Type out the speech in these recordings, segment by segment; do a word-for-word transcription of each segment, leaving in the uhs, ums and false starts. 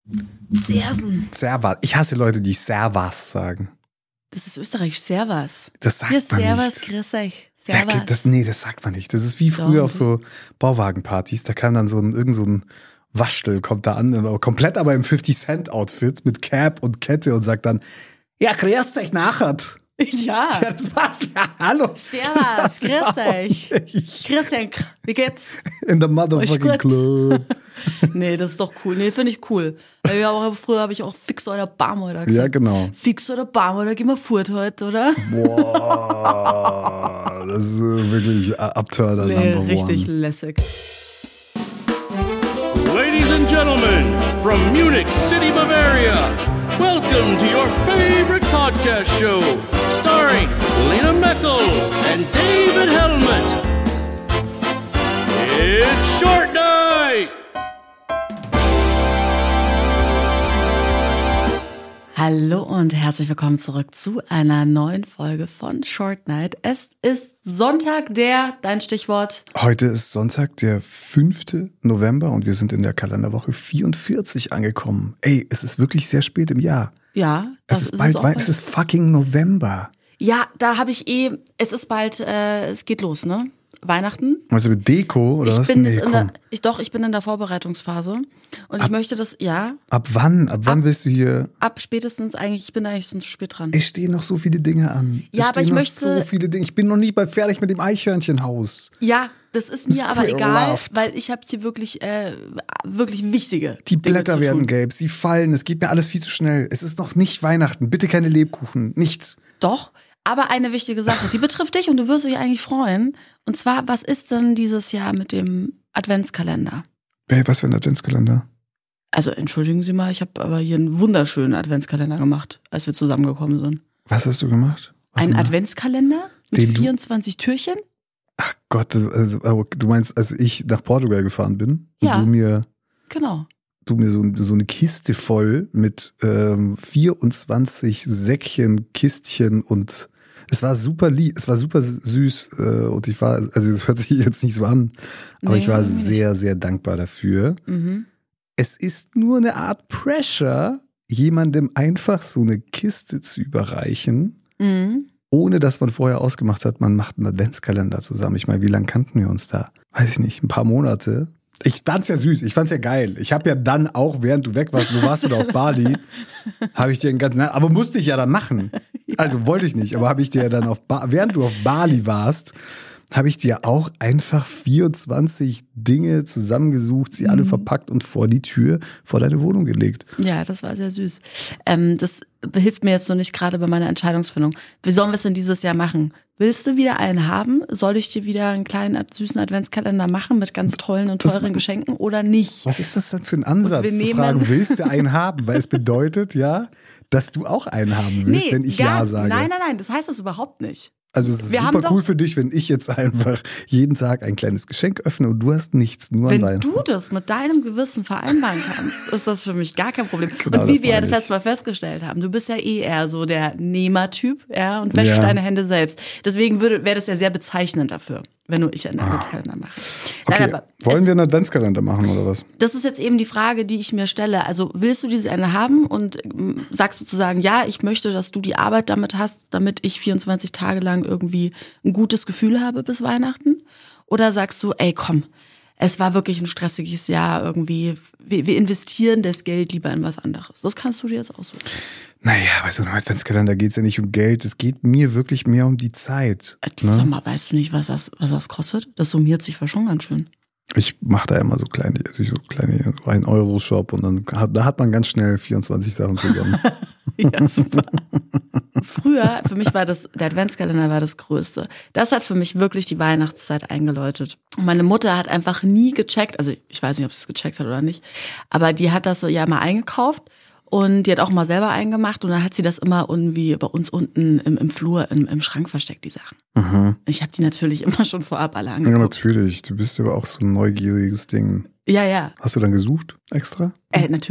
Zersen. Servas. Ich hasse Leute, die Servas sagen. Das ist Österreich, Servas. Das sagt Hier man Servas, nicht. grüß euch. Ja, Servas. das, nee, das sagt man nicht. Das ist wie früher Doch. auf so Bauwagenpartys. Da kam dann so ein, irgend so ein Waschtel, kommt da an, komplett aber im fifty-Cent-Outfit mit Cap und Kette und sagt dann, ja, grüßt euch nachher. Ja. Ja, das passt. Ja, hallo. Servus, grüß euch. Grüß euch. Wie geht's? In the motherfucking Euch gut? club. Nee, das ist doch cool. Nee, finde ich cool. Weil wir auch, früher habe ich auch fix oder bam oder gesagt. Ja, genau. Fix oder bam oder gehen wir fort heute, oder? Boah, das ist äh, wirklich Abturner Nee, Number richtig One. lässig. Ladies and gentlemen, from Munich City, Bavaria, welcome to your favorite podcast show, starring Lena Meckel and David Helmet. It's Short Night! Hallo und herzlich willkommen zurück zu einer neuen Folge von Short Night. Es ist Sonntag, der, dein Stichwort. Heute ist Sonntag, der fünfte November und wir sind in der Kalenderwoche vierundvierzig angekommen. Ey, es ist wirklich sehr spät im Jahr. Ja, das Es ist ist bald, es auch weil bald. es ist fucking November. Ja, da habe ich eh, es ist bald, äh, es geht los, ne? Weihnachten. Also mit Deko oder Ich was? bin Nee, jetzt in komm. der, ich doch, ich bin in der Vorbereitungsphase und ich möchte das, ja, Ab wann? Ab wann willst du hier? ab spätestens eigentlich, ich bin eigentlich sonst zu spät dran. Es stehen noch so viele Dinge an. Es Ja, aber stehen ich noch möchte- so viele Dinge. Ich bin noch nicht bei fertig mit dem Eichhörnchenhaus. Ja, das ist mir Miss aber egal, Loft. weil ich habe hier wirklich, äh, wirklich wichtige Die Dinge Blätter zu werden tun. gelb, sie fallen, es geht mir alles viel zu schnell. Es ist noch nicht Weihnachten. Bitte keine Lebkuchen, nichts. Doch, aber eine wichtige Sache, die betrifft dich und du wirst dich eigentlich freuen. Und zwar, was ist denn dieses Jahr mit dem Adventskalender? Hey, was für ein Adventskalender? Also entschuldigen Sie mal, ich habe aber hier einen wunderschönen Adventskalender gemacht, als wir zusammengekommen sind. Was hast du gemacht? Warte Ein mal. Adventskalender mit Den du- vierundzwanzig Türchen? Ach Gott, also, also, du meinst, als ich nach Portugal gefahren bin Ja. und du mir, Genau. du mir so, so eine Kiste voll mit ähm, vierundzwanzig Säckchen, Kistchen und es war super lieb, es war super süß äh, und ich war, also es hört sich jetzt nicht so an, aber Nee, ich war irgendwie nicht. sehr, sehr dankbar dafür. Mhm. Es ist nur eine Art Pressure, jemandem einfach so eine Kiste zu überreichen, Mhm. ohne dass man vorher ausgemacht hat, man macht einen Adventskalender zusammen. Ich meine, wie lange kannten wir uns da? Weiß ich nicht, ein paar Monate. Ich fand's ja süß, ich fand's ja geil. Ich habe ja dann auch, während du weg warst, wo warst du da auf Bali, habe ich dir einen ganzen, aber musste ich ja dann machen. Also wollte ich nicht, aber habe ich dir ja dann auf, ba- während du auf Bali warst, habe ich dir auch einfach vierundzwanzig Dinge zusammengesucht, sie alle verpackt und vor die Tür, vor deine Wohnung gelegt. Ja, das war sehr süß. Ähm, das hilft mir jetzt noch nicht gerade bei meiner Entscheidungsfindung. Wie sollen wir es denn dieses Jahr machen? Willst du wieder einen haben? Soll ich dir wieder einen kleinen ad- süßen Adventskalender machen mit ganz tollen und Das- teuren Geschenken oder nicht? Was ist das denn für ein Ansatz, wir zu nehmen- fragen, willst du einen haben? Weil es bedeutet ja, dass du auch einen haben willst, wenn ich gar- Ja sage. Nein, nein, nein, das heißt das überhaupt nicht. Also es ist wir haben super cool doch- für dich, wenn ich jetzt einfach jeden Tag ein kleines Geschenk öffne und du hast nichts, nur Wenn an Weihnachten. du das mit deinem Gewissen vereinbaren kannst, ist das für mich gar kein Problem. Genau, und wie das wir ja meine das ich. letzte Mal festgestellt haben, du bist ja eh eher so der Nehmertyp, ja, und wäschst Ja. deine Hände selbst. Deswegen würde wäre das ja sehr bezeichnend dafür, wenn du ich einen Adventskalender mache. Okay. Nein, aber Wollen es, wir einen Adventskalender machen oder was? das ist jetzt eben die Frage, die ich mir stelle. Also willst du diese eine haben und ähm, sagst sozusagen, ja, ich möchte, dass du die Arbeit damit hast, damit ich vierundzwanzig Tage lang irgendwie ein gutes Gefühl habe bis Weihnachten? Oder sagst du, ey, komm, es war wirklich ein stressiges Jahr irgendwie. Wir, wir investieren das Geld lieber in was anderes. Das kannst du dir jetzt aussuchen. Naja, bei so einem Adventskalender geht es ja nicht um Geld, es geht mir wirklich mehr um die Zeit. Äh, Ne? Sag mal, weißt du nicht, was das, was das kostet? Das summiert sich schon ganz schön. Ich mache da immer so kleine, also so kleine, so ein Euro-Shop und dann hat, da hat man ganz schnell vierundzwanzig Sachen zusammen. Ja, super. Früher, für mich war das, der Adventskalender war das Größte. Das hat für mich wirklich die Weihnachtszeit eingeläutet. Und meine Mutter hat einfach nie gecheckt, also ich weiß nicht, ob sie es gecheckt hat oder nicht, aber die hat das ja mal eingekauft und die hat auch mal selber eingemacht und dann hat sie das immer irgendwie bei uns unten im, im Flur, im, im Schrank versteckt, die Sachen. Mhm. Ich habe die natürlich immer schon vorab alle Ja, angeguckt. natürlich. Du bist aber auch so ein neugieriges Ding. Ja, ja, Hast du dann gesucht extra? äh, natürlich.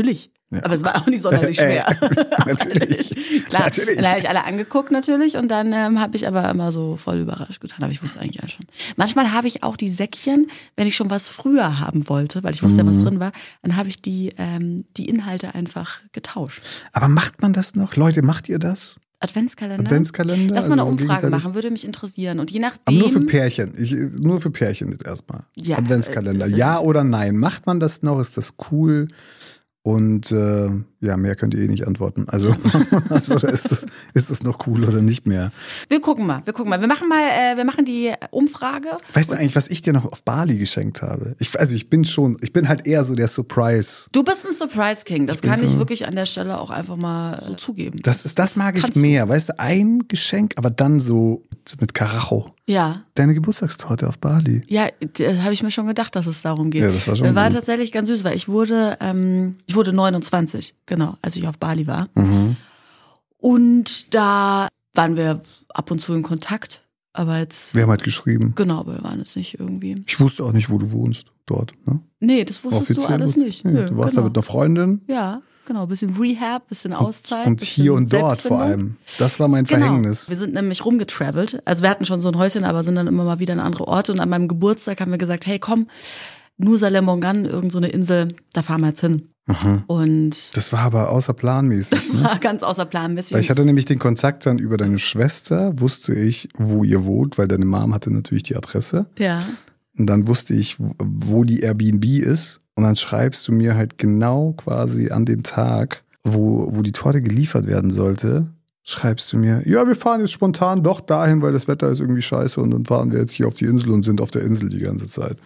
Ja. Aber es war auch nicht sonderlich schwer. Äh, natürlich. Klar, natürlich. dann habe ich alle angeguckt natürlich und dann ähm, habe ich aber immer so voll überrascht getan, aber ich wusste eigentlich alles schon. Manchmal habe ich auch die Säckchen, wenn ich schon was früher haben wollte, weil ich wusste mhm. ja, was drin war, dann habe ich die, ähm, die Inhalte einfach getauscht. Aber macht man das noch? Leute, macht ihr das? Adventskalender? Adventskalender? Lass mal eine also so Umfrage machen, würde mich interessieren. Und je nachdem. Aber nur für Pärchen. Ich, nur für Pärchen jetzt erstmal. Ja, Adventskalender. Ja oder nein? Macht man das noch? Ist das cool? Und äh, ja, mehr könnt ihr eh nicht antworten. Also, also ist, das, ist das noch cool oder nicht mehr? Wir gucken mal, wir gucken mal. Wir machen mal, äh, wir machen die Umfrage. Weißt du eigentlich, was ich dir noch auf Bali geschenkt habe? Ich, also ich bin schon, ich bin halt eher so der Surprise. Du bist ein Surprise King. Das ich kann so, ich wirklich an der Stelle auch einfach mal so zugeben. Das, ist, das mag ich mehr. Du. Weißt du, ein Geschenk, aber dann so mit Karacho. Ja. Deine Geburtstagstorte auf Bali. Ja, da habe ich mir schon gedacht, dass es darum geht. Ja, das war schon Das war gut. tatsächlich ganz süß, weil ich wurde, ähm, ich wurde neunundzwanzig, genau, als ich auf Bali war. Mhm. Und da waren wir ab und zu in Kontakt, aber jetzt... Wir haben halt geschrieben. Genau, aber wir waren jetzt nicht irgendwie... Ich wusste auch nicht, wo du wohnst dort, ne? Nee, das wusstest Offiziell du alles wusste, nicht. Nee, Nö, du warst genau. da mit einer Freundin. Ja, genau, bisschen Rehab, bisschen Auszeit. Und bisschen hier und dort vor Selbstfindung. allem. Das war mein Genau. Verhängnis. Wir sind nämlich rumgetravelt. Also wir hatten schon so ein Häuschen, aber sind dann immer mal wieder in andere Orte. Und an meinem Geburtstag haben wir gesagt, hey komm, Nusa Lembongan, irgend so eine Insel, da fahren wir jetzt hin. Aha. Und Das war aber außerplanmäßig. das ne? war ganz außer Plan. Ein bisschen. Weil ich hatte nämlich den Kontakt dann über deine Schwester, wusste ich, wo ihr wohnt, weil deine Mom hatte natürlich die Adresse. Ja. Und dann wusste ich, wo- wo die Airbnb ist. Und dann schreibst du mir halt genau quasi an dem Tag, wo, wo die Torte geliefert werden sollte, schreibst du mir, ja, wir fahren jetzt spontan doch dahin, weil das Wetter ist irgendwie scheiße und dann fahren wir jetzt hier auf die Insel und sind auf der Insel die ganze Zeit.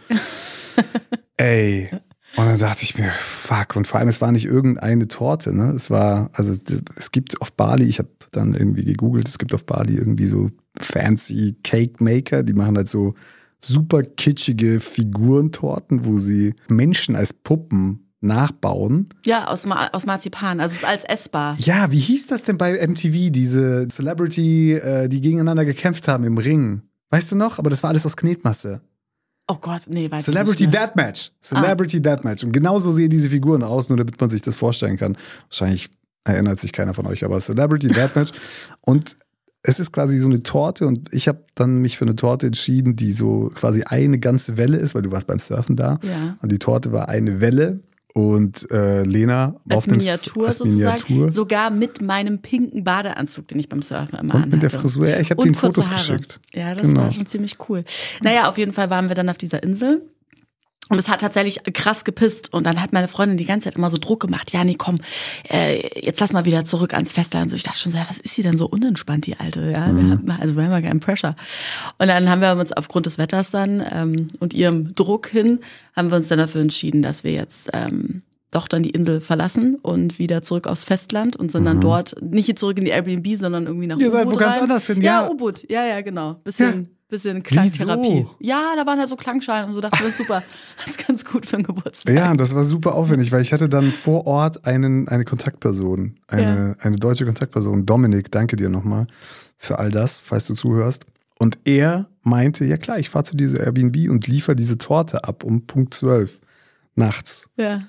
Ey. Und dann dachte ich mir, fuck. Und vor allem, es war nicht irgendeine Torte, ne? Es war, also es gibt auf Bali, ich habe dann irgendwie gegoogelt, es gibt auf Bali irgendwie so fancy Cake Maker, die machen halt so super kitschige Figurentorten, wo sie Menschen als Puppen nachbauen. Ja, aus, Ma aus Marzipan. Also es ist alles essbar. Ja, wie hieß das denn bei M T V, diese Celebrity, äh, die gegeneinander gekämpft haben im Ring? Weißt du noch? Aber das war alles aus Knetmasse. Oh Gott, nee, weiß Celebrity ich nicht mehr. Deathmatch. Celebrity Ah. Deathmatch. Und genauso sehen diese Figuren aus, nur damit man sich das vorstellen kann. Wahrscheinlich erinnert sich keiner von euch, aber Celebrity Deathmatch. Und es ist quasi so eine Torte und ich habe dann mich für eine Torte entschieden, die so quasi eine ganze Welle ist, weil du warst beim Surfen da. Ja. Und die Torte war eine Welle. Und äh, Lena Als auf dem Miniatur als sozusagen. Miniatur. Sogar mit meinem pinken Badeanzug, den ich beim Surfen immer Und anhatte. mit der Frisur. Ja, ich habe Und den kurze Fotos Haare. geschickt. Ja, das Genau. war schon ziemlich cool. Naja, auf jeden Fall waren wir dann auf dieser Insel. Und es hat tatsächlich krass gepisst. Und dann hat meine Freundin die ganze Zeit immer so Druck gemacht. Ja, nee, komm, äh, jetzt lass mal wieder zurück ans Festland. So, ich dachte schon so, ja, was ist sie denn so unentspannt, die Alte? Ja, wir haben, also wir haben ja keinen Pressure. Und dann haben wir uns aufgrund des Wetters dann ähm, und ihrem Druck hin, haben wir uns dann dafür entschieden, dass wir jetzt ähm, doch dann die Insel verlassen und wieder zurück aufs Festland und sind dann dort, nicht zurück in die Airbnb, sondern irgendwie nach Ihr Ubud seid wo ganz rein. anders hin, ja. ja. Ubud, ja, ja, genau. Bisschen, Ja. bisschen Klangtherapie. Wieso? Ja, da waren halt so Klangschalen und so, dachte ich, das ist super. Das ist ganz gut für einen Geburtstag. Ja, das war super aufwendig, weil ich hatte dann vor Ort einen, eine Kontaktperson, eine, eine deutsche Kontaktperson. Dominik, danke dir nochmal für all das, falls du zuhörst. Und er meinte, ja klar, ich fahre zu dieser Airbnb und liefere diese Torte ab um Punkt zwölf nachts. Ja.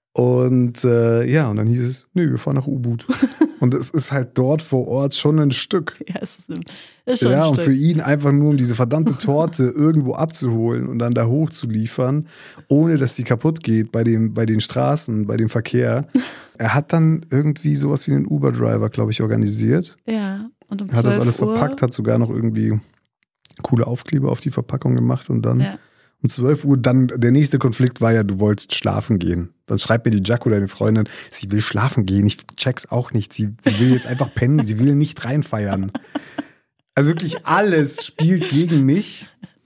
Und äh, ja, und dann hieß es, nee, wir fahren nach Ubud. Und es ist halt dort vor Ort schon ein Stück. Ja, es ist, ist schon Ja, ein und Stück. für ihn einfach nur, um diese verdammte Torte irgendwo abzuholen und dann da hochzuliefern, ohne dass die kaputt geht bei, dem, bei den Straßen, bei dem Verkehr. Er hat dann irgendwie sowas wie einen Uber-Driver, glaube ich, organisiert. Ja, und um Er hat das alles zwölf Uhr, verpackt, hat sogar noch irgendwie coole Aufkleber auf die Verpackung gemacht und dann Ja. um zwölf Uhr, dann der nächste Konflikt war ja, du wolltest schlafen gehen. Dann schreibt mir die Jaco, deine Freundin, sie will schlafen gehen. Ich check's auch nicht. Sie, sie will jetzt einfach pennen. Sie will nicht reinfeiern. Also wirklich alles spielt gegen mich.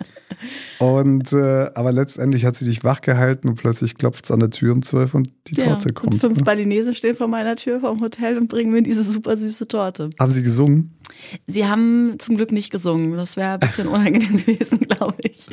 Und äh, aber letztendlich hat sie dich wach gehalten und plötzlich klopft's an der Tür um zwölf und die ja, Torte und kommt. fünf Ne? Balinesen stehen vor meiner Tür vom Hotel und bringen mir diese super süße Torte. Haben sie gesungen? Sie haben zum Glück nicht gesungen. Das wäre ein bisschen unangenehm gewesen, glaube ich.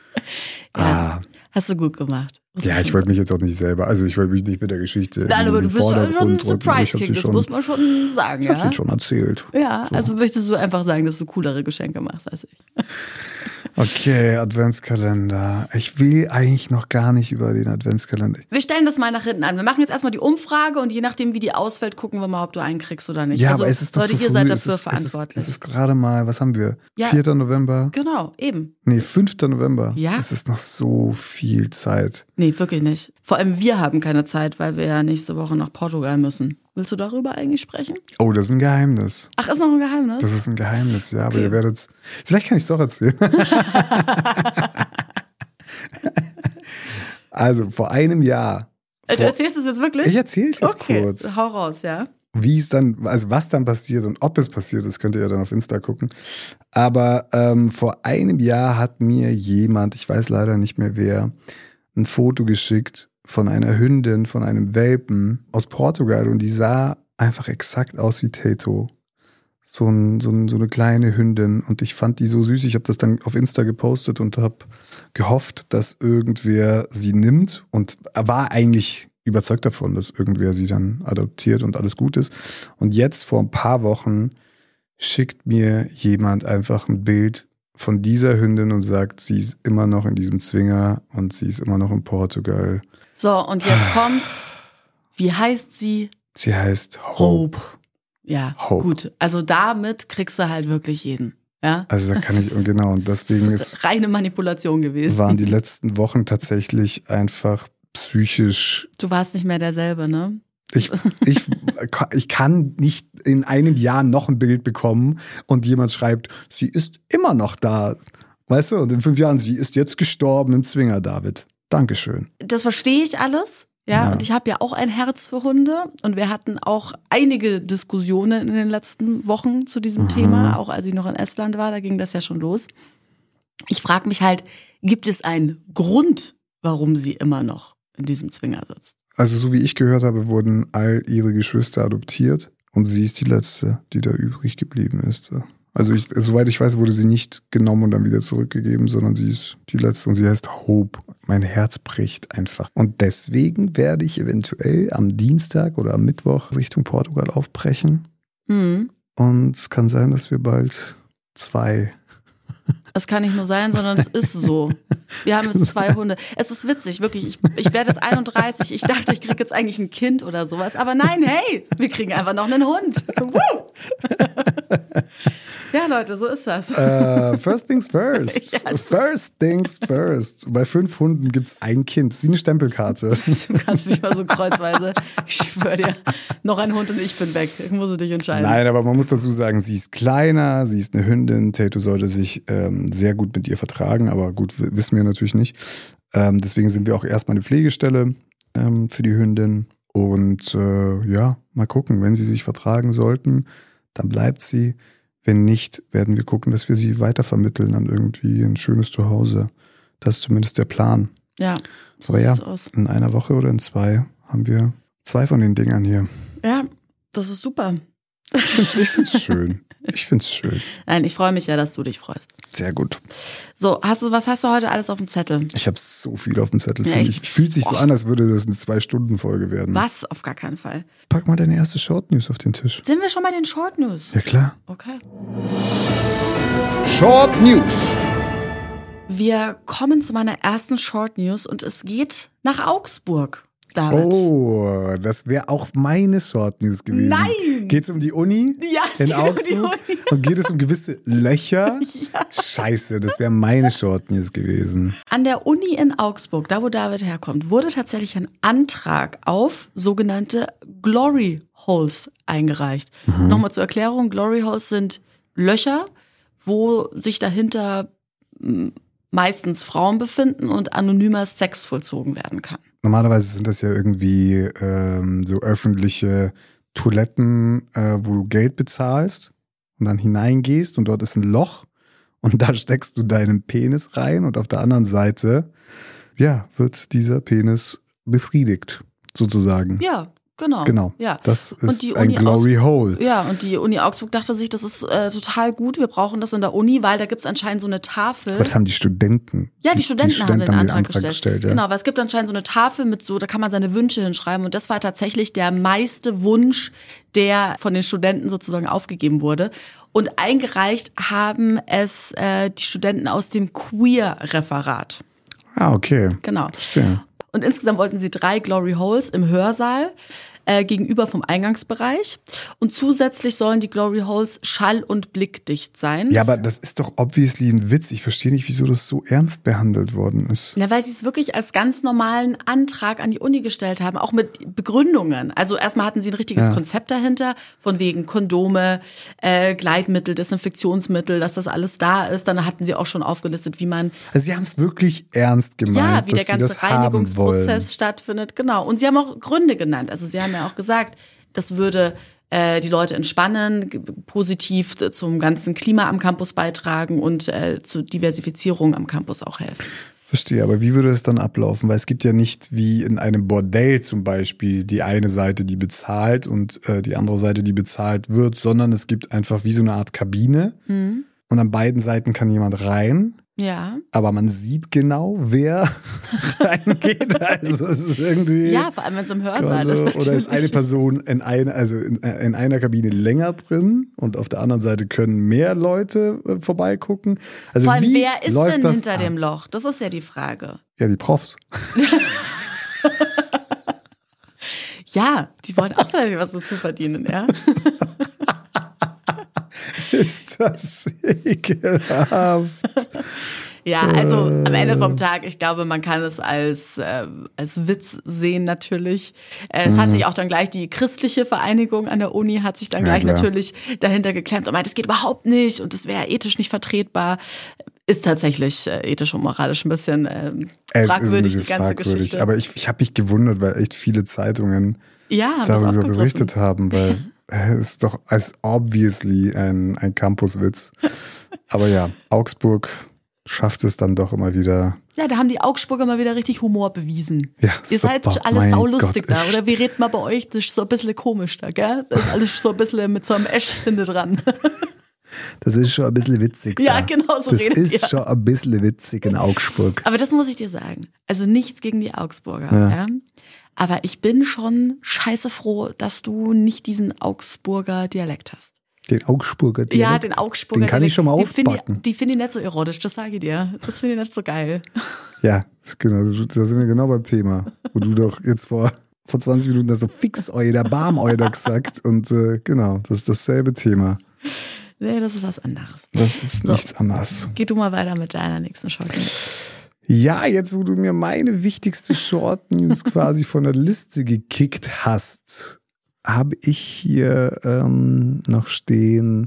Ja, Ah. hast du gut gemacht. Ja, ich wollte mich jetzt auch nicht selber, also ich wollte mich nicht mit der Geschichte Nein, aber in du den bist schon Vordergrund ein drücken, aber ich hab Surprise-King, sie das schon- muss man schon sagen, Ich hab ja? sie schon erzählt. Ja, So. also möchtest du einfach sagen, dass du coolere Geschenke machst als ich. Okay, Adventskalender. Ich will eigentlich noch gar nicht über den Adventskalender. Wir stellen das mal nach hinten an. Wir machen jetzt erstmal die Umfrage und je nachdem, wie die ausfällt, gucken wir mal, ob du einen kriegst oder nicht. Ja, also, aber es ist noch Leute, zu ihr früh. seid es dafür ist, verantwortlich. Es ist, es ist gerade mal, was haben wir? Ja. vierter November? Genau, eben. Nee, fünfter November. Ja. Es ist noch so viel Zeit. Nee, wirklich nicht. Vor allem wir haben keine Zeit, weil wir ja nächste Woche nach Portugal müssen. Willst du darüber eigentlich sprechen? Oh, das ist ein Geheimnis. Ach, ist noch ein Geheimnis? Das ist ein Geheimnis, ja, aber Okay. ihr werdet's. Vielleicht kann ich es doch erzählen. Also, vor einem Jahr. Äh, Du Vor, erzählst es jetzt wirklich? ich erzähle es jetzt okay, kurz. hau raus, ja. Wie es dann, also was dann passiert und ob es passiert ist, könnt ihr ja dann auf Insta gucken. Aber ähm, vor einem Jahr hat mir jemand, ich weiß leider nicht mehr wer, ein Foto geschickt von einer Hündin, von einem Welpen aus Portugal und die sah einfach exakt aus wie Tato. So, ein, so, ein, so eine kleine Hündin und ich fand die so süß. Ich habe das dann auf Insta gepostet und habe gehofft, dass irgendwer sie nimmt und war eigentlich überzeugt davon, dass irgendwer sie dann adoptiert und alles gut ist. Und jetzt vor ein paar Wochen schickt mir jemand einfach ein Bild von dieser Hündin und sagt, sie ist immer noch in diesem Zwinger und sie ist immer noch in Portugal. So, und jetzt kommt's. Wie heißt sie? Sie heißt Hope. Ja, Hope. gut. Also damit kriegst du halt wirklich jeden. Ja? Also da kann ich, und genau, und deswegen Das ist, ist reine Manipulation gewesen. waren die letzten Wochen tatsächlich einfach psychisch. Du warst nicht mehr derselbe, ne? Ich, ich, ich kann nicht in einem Jahr noch ein Bild bekommen und jemand schreibt, sie ist immer noch da. Weißt du, und in fünf Jahren, sie ist jetzt gestorben im Zwinger, David. Dankeschön. Das verstehe ich alles. Ja, Ja. und ich habe ja auch ein Herz für Hunde und wir hatten auch einige Diskussionen in den letzten Wochen zu diesem Mhm. Thema, auch als ich noch in Estland war, da ging das ja schon los. Ich frage mich halt, gibt es einen Grund, warum sie immer noch in diesem Zwinger sitzt? Also so wie ich gehört habe, wurden all ihre Geschwister adoptiert und sie ist die letzte, die da übrig geblieben ist. Also ich, soweit ich weiß, wurde sie nicht genommen und dann wieder zurückgegeben, sondern sie ist die letzte und sie heißt Hope. Mein Herz bricht einfach. Und deswegen werde ich eventuell am Dienstag oder am Mittwoch Richtung Portugal aufbrechen. Hm. Und es kann sein, dass wir bald zwei. Es kann nicht nur sein, sondern es ist so. Wir haben jetzt zwei Hunde. Es ist witzig, wirklich. Ich, ich werde jetzt einunddreißig. Ich dachte, ich kriege jetzt eigentlich ein Kind oder sowas. Aber nein, hey, wir kriegen einfach noch einen Hund. Woo! Ja, Leute, so ist das. Äh, first things first. Yes. First things first. Bei fünf Hunden gibt es ein Kind. Das ist wie eine Stempelkarte. Du kannst mich mal so kreuzweise. Ich schwöre dir, noch ein Hund und ich bin weg. Ich muss dich entscheiden. Nein, aber man muss dazu sagen, sie ist kleiner, sie ist eine Hündin. Tato sollte sich ähm, sehr gut mit ihr vertragen, aber gut, w- wissen wir natürlich nicht. Ähm, deswegen sind wir auch erstmal eine Pflegestelle ähm, für die Hündin. Und äh, ja, mal gucken, wenn sie sich vertragen sollten, dann bleibt sie. Wenn nicht, werden wir gucken, dass wir sie weitervermitteln an irgendwie ein schönes Zuhause. Das ist zumindest der Plan. Ja, so Aber ja, sieht's aus. in einer Woche oder in zwei haben wir zwei von den Dingern hier. Ja, das ist super. Ich finde es schön. Ich finde es schön. Nein, ich freue mich ja, dass du dich freust. Sehr gut. So, hast du, was hast du heute alles auf dem Zettel? Ich habe so viel auf dem Zettel. Ja, finde echt? ich fühlt sich so Boah. an, als würde das eine Zwei-Stunden-Folge werden. Was? Auf gar keinen Fall. Pack mal deine erste Short News auf den Tisch. Sind wir schon bei den Short News? Ja, klar. Okay. Short News. Wir kommen zu meiner ersten Short News und es geht nach Augsburg, David. Oh, das wäre auch meine Short News gewesen. Nein! Geht es um die Uni? Ja, es in geht um die Augsburg? Uni. Und geht es um gewisse Löcher? Ja. Scheiße, das wäre meine Short News gewesen. An der Uni in Augsburg, da wo David herkommt, wurde tatsächlich ein Antrag auf sogenannte Glory Holes eingereicht. Mhm. Nochmal zur Erklärung, Glory Holes sind Löcher, wo sich dahinter m, meistens Frauen befinden und anonymer Sex vollzogen werden kann. Normalerweise sind das ja irgendwie ähm, so öffentliche Toiletten, äh, wo du Geld bezahlst und dann hineingehst und dort ist ein Loch und da steckst du deinen Penis rein und auf der anderen Seite, ja, wird dieser Penis befriedigt, sozusagen. Ja, genau. Genau. Ja. Das Und die ist ein Uni Glory Hole. Ja, und die Uni Augsburg dachte sich, das ist äh, total gut, wir brauchen das in der Uni, weil da gibt es anscheinend so eine Tafel. Aber das haben die Studenten. Ja, die Studenten, haben den Antrag, Antrag gestellt. gestellt. Ja. Genau, weil es gibt anscheinend so eine Tafel mit so, da kann man seine Wünsche hinschreiben und das war tatsächlich der meiste Wunsch, der von den Studenten sozusagen aufgegeben wurde. Und eingereicht haben es äh, die Studenten aus dem Queer-Referat. Ah, okay. Genau. Verstehe. Und insgesamt wollten sie drei Glory Holes im Hörsaal äh, gegenüber vom Eingangsbereich. Und zusätzlich sollen die Glory Holes schall- und blickdicht sein. Ja, aber das ist doch obviously ein Witz. Ich verstehe nicht, wieso das so ernst behandelt worden ist. Na, weil sie es wirklich als ganz normalen Antrag an die Uni gestellt haben, auch mit Begründungen. Also erstmal hatten sie ein richtiges Ja. Konzept dahinter, von wegen Kondome, äh, Gleitmittel, Desinfektionsmittel, dass das alles da ist. Dann hatten sie auch schon aufgelistet, wie man, Also sie haben es wirklich ernst gemeint, ja, wie dass der sie das ganze haben Reinigungsprozess wollen. stattfindet. Genau. Und sie haben auch Gründe genannt. Also sie haben ja auch gesagt, das würde äh, die Leute entspannen, g- positiv äh, zum ganzen Klima am Campus beitragen und äh, zur Diversifizierung am Campus auch helfen. Verstehe, aber wie würde es dann ablaufen? Weil es gibt ja nicht wie in einem Bordell zum Beispiel die eine Seite, die bezahlt und äh, die andere Seite, die bezahlt wird, sondern es gibt einfach wie so eine Art Kabine Mhm. und an beiden Seiten kann jemand rein, Ja. aber man sieht genau, wer reingeht. Also es ist irgendwie... Ja, vor allem wenn es im Hörsaal Also, ist. oder ist eine natürlich. Person in, eine, also in, in einer Kabine länger drin und auf der anderen Seite können mehr Leute äh, vorbeigucken? Also Vor allem, wie wer ist läuft denn das hinter ab? dem Loch? Das ist ja die Frage. Ja, die Profs. Ja, die wollen auch vielleicht was dazu verdienen, ja. Ist das ekelhaft. Ja, also am Ende vom Tag, ich glaube, man kann es als, äh, als Witz sehen natürlich. Äh, es Mhm. hat sich auch dann gleich die christliche Vereinigung an der Uni hat sich dann Ja, gleich klar. natürlich dahinter geklemmt und meint, das geht überhaupt nicht und das wäre ethisch nicht vertretbar. Ist tatsächlich äh, ethisch und moralisch ein bisschen äh, Es fragwürdig, ist ein die ganze fragwürdig. Geschichte. Aber ich, ich habe mich gewundert, weil echt viele Zeitungen ja, haben das darüber aufgegriffen. berichtet haben, weil äh, es ist doch als obviously ein, ein Campuswitz. Aber ja, Augsburg schafft es dann doch immer wieder. Ja, da haben die Augsburger mal wieder richtig Humor bewiesen. Ja, Ihr seid super. alles Mein saulustig Gott, da, es oder wie redet man bei euch? Das ist so ein bisschen komisch da, gell? Das ist alles so ein bisschen mit so einem Esch hinten dran. Das ist schon ein bisschen witzig. Ja, da. genau so Das redet ist ihr. schon ein bisschen witzig in Augsburg. Aber das muss ich dir sagen. Also nichts gegen die Augsburger. Ja. Ja. Aber ich bin schon scheiße froh, dass du nicht diesen Augsburger Dialekt hast. Den Augsburger Dialekt. Ja, den Augsburger Den kann ich schon mal Die finde auspacken. ich, die finde ich nicht so erotisch, das sage ich dir. Das finde ich nicht so geil. Ja, genau, da sind wir genau beim Thema. Wo du doch jetzt vor, vor zwanzig Minuten hast du fix euer Barm euer gesagt. Und äh, genau, das ist dasselbe Thema. Nee, das ist was anderes. Das ist So. nichts anderes. Geh du mal weiter mit deiner nächsten Short News. Ja, jetzt wo du mir meine wichtigste Short News quasi von der Liste gekickt hast, habe ich hier ähm, noch stehen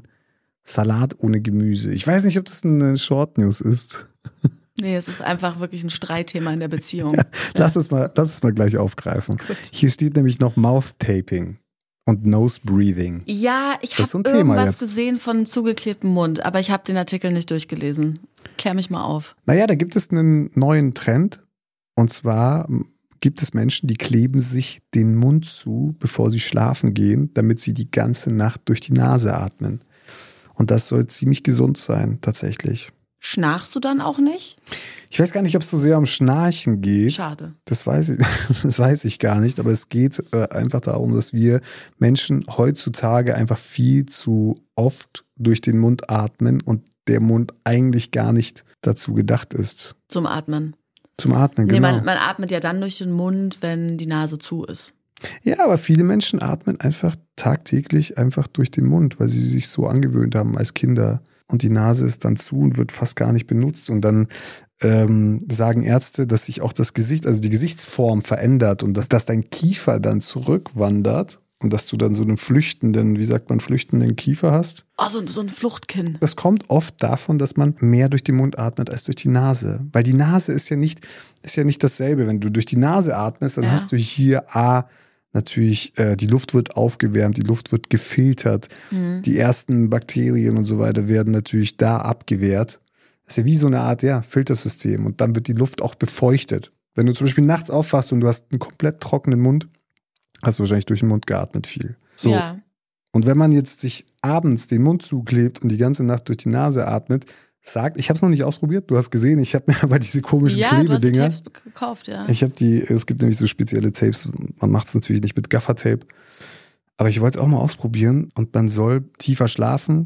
Salat ohne Gemüse. Ich weiß nicht, ob das eine Short News ist. Nee, es ist einfach wirklich ein Streitthema in der Beziehung. Lass es mal, lass es mal gleich aufgreifen. Gut. Hier steht nämlich noch Mouth Taping und Nose Breathing. Ja, ich Das habe ist so ein Thema irgendwas jetzt. gesehen von einem zugeklebten Mund, aber ich habe den Artikel nicht durchgelesen. Klär mich mal auf. Naja, da gibt es einen neuen Trend. Und zwar gibt es Menschen, die kleben sich den Mund zu, bevor sie schlafen gehen, damit sie die ganze Nacht durch die Nase atmen. Und das soll ziemlich gesund sein, tatsächlich. Schnarchst du dann auch nicht? Ich weiß gar nicht, ob es so sehr um Schnarchen geht. Schade. Das weiß ich, das weiß ich gar nicht, aber es geht äh, einfach darum, dass wir Menschen heutzutage einfach viel zu oft durch den Mund atmen und der Mund eigentlich gar nicht dazu gedacht ist. Zum Atmen. Zum Atmen, Nee, genau. man, man atmet ja dann durch den Mund, wenn die Nase zu ist. Ja, aber viele Menschen atmen einfach tagtäglich einfach durch den Mund, weil sie sich so angewöhnt haben als Kinder. Und die Nase ist dann zu und wird fast gar nicht benutzt. Und dann ähm, sagen Ärzte, dass sich auch das Gesicht, also die Gesichtsform verändert und dass, dass dein Kiefer dann zurückwandert und dass du dann so einen flüchtenden, wie sagt man, flüchtenden Kiefer hast. Oh, so, so ein Fluchtkinn. Das kommt oft davon, dass man mehr durch den Mund atmet als durch die Nase. Weil die Nase ist ja nicht, ist ja nicht dasselbe. Wenn du durch die Nase atmest, dann Ja. hast du hier A, natürlich, äh, die Luft wird aufgewärmt, die Luft wird gefiltert. Mhm. Die ersten Bakterien und so weiter werden natürlich da abgewehrt. Das ist ja wie so eine Art, ja, Filtersystem. Und dann wird die Luft auch befeuchtet. Wenn du zum Beispiel nachts aufwachst und du hast einen komplett trockenen Mund, hast du wahrscheinlich durch den Mund geatmet viel. So. Ja. Und wenn man jetzt sich abends den Mund zuklebt und die ganze Nacht durch die Nase atmet, sagt, ich habe es noch nicht ausprobiert, du hast gesehen, ich habe mir aber diese komischen Ja, du hast die Klebedinger. Tapes gekauft, ja. Ich habe die, es gibt nämlich so spezielle Tapes, man macht es natürlich nicht mit Gaffer-Tape, aber ich wollte es auch mal ausprobieren und man soll tiefer schlafen,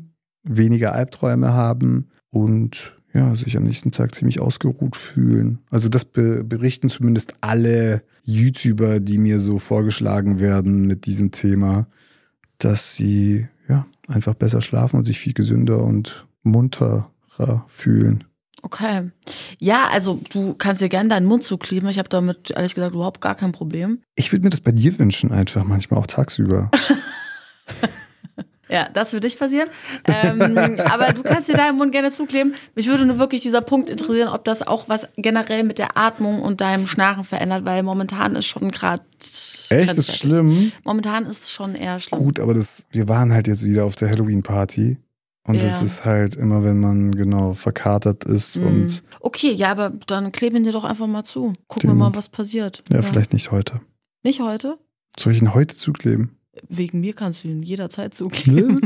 weniger Albträume haben und ja, sich am nächsten Tag ziemlich ausgeruht fühlen. Also das be- berichten zumindest alle YouTuber, die mir so vorgeschlagen werden mit diesem Thema, dass sie ja einfach besser schlafen und sich viel gesünder und munterer fühlen. Okay. Ja, also du kannst dir gerne deinen Mund zukleben. Ich habe damit, ehrlich gesagt, überhaupt gar kein Problem. Ich würde mir das bei dir wünschen, einfach manchmal auch tagsüber. Ja, das würde dich passieren. Ähm, aber du kannst dir deinen Mund gerne zukleben. Mich würde nur wirklich dieser Punkt interessieren, ob das auch was generell mit der Atmung und deinem Schnarchen verändert, weil momentan ist schon gerade Echt? Das ist schlimm? Momentan ist es schon eher schlimm. Gut, aber das, wir waren halt jetzt wieder auf der Halloween-Party. Und ja. das ist halt immer, wenn man genau verkatert ist. Mhm. Und okay, ja, aber dann kleben dir doch einfach mal zu. Gucken wir mal, was passiert. Ja, ja, vielleicht nicht heute. Nicht heute? Soll ich ihn heute zukleben? Wegen mir kannst du ihn jederzeit zukleben.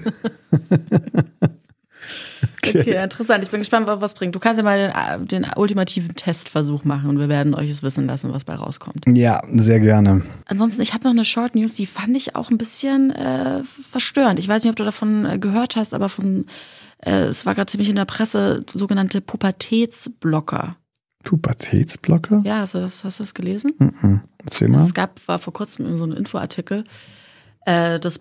okay. okay, interessant. Ich bin gespannt, was was bringt. Du kannst ja mal den, den ultimativen Testversuch machen und wir werden euch es wissen lassen, was bei rauskommt. Ja, sehr gerne. Ansonsten, ich habe noch eine Short News, die fand ich auch ein bisschen äh, verstörend. Ich weiß nicht, ob du davon äh, gehört hast, aber von äh, es war gerade ziemlich in der Presse, sogenannte Pubertätsblocker. Pubertätsblocker? Ja, hast du das, hast du das gelesen? Mhm. Erzähl mal. Es gab, war vor kurzem so ein Infoartikel äh, des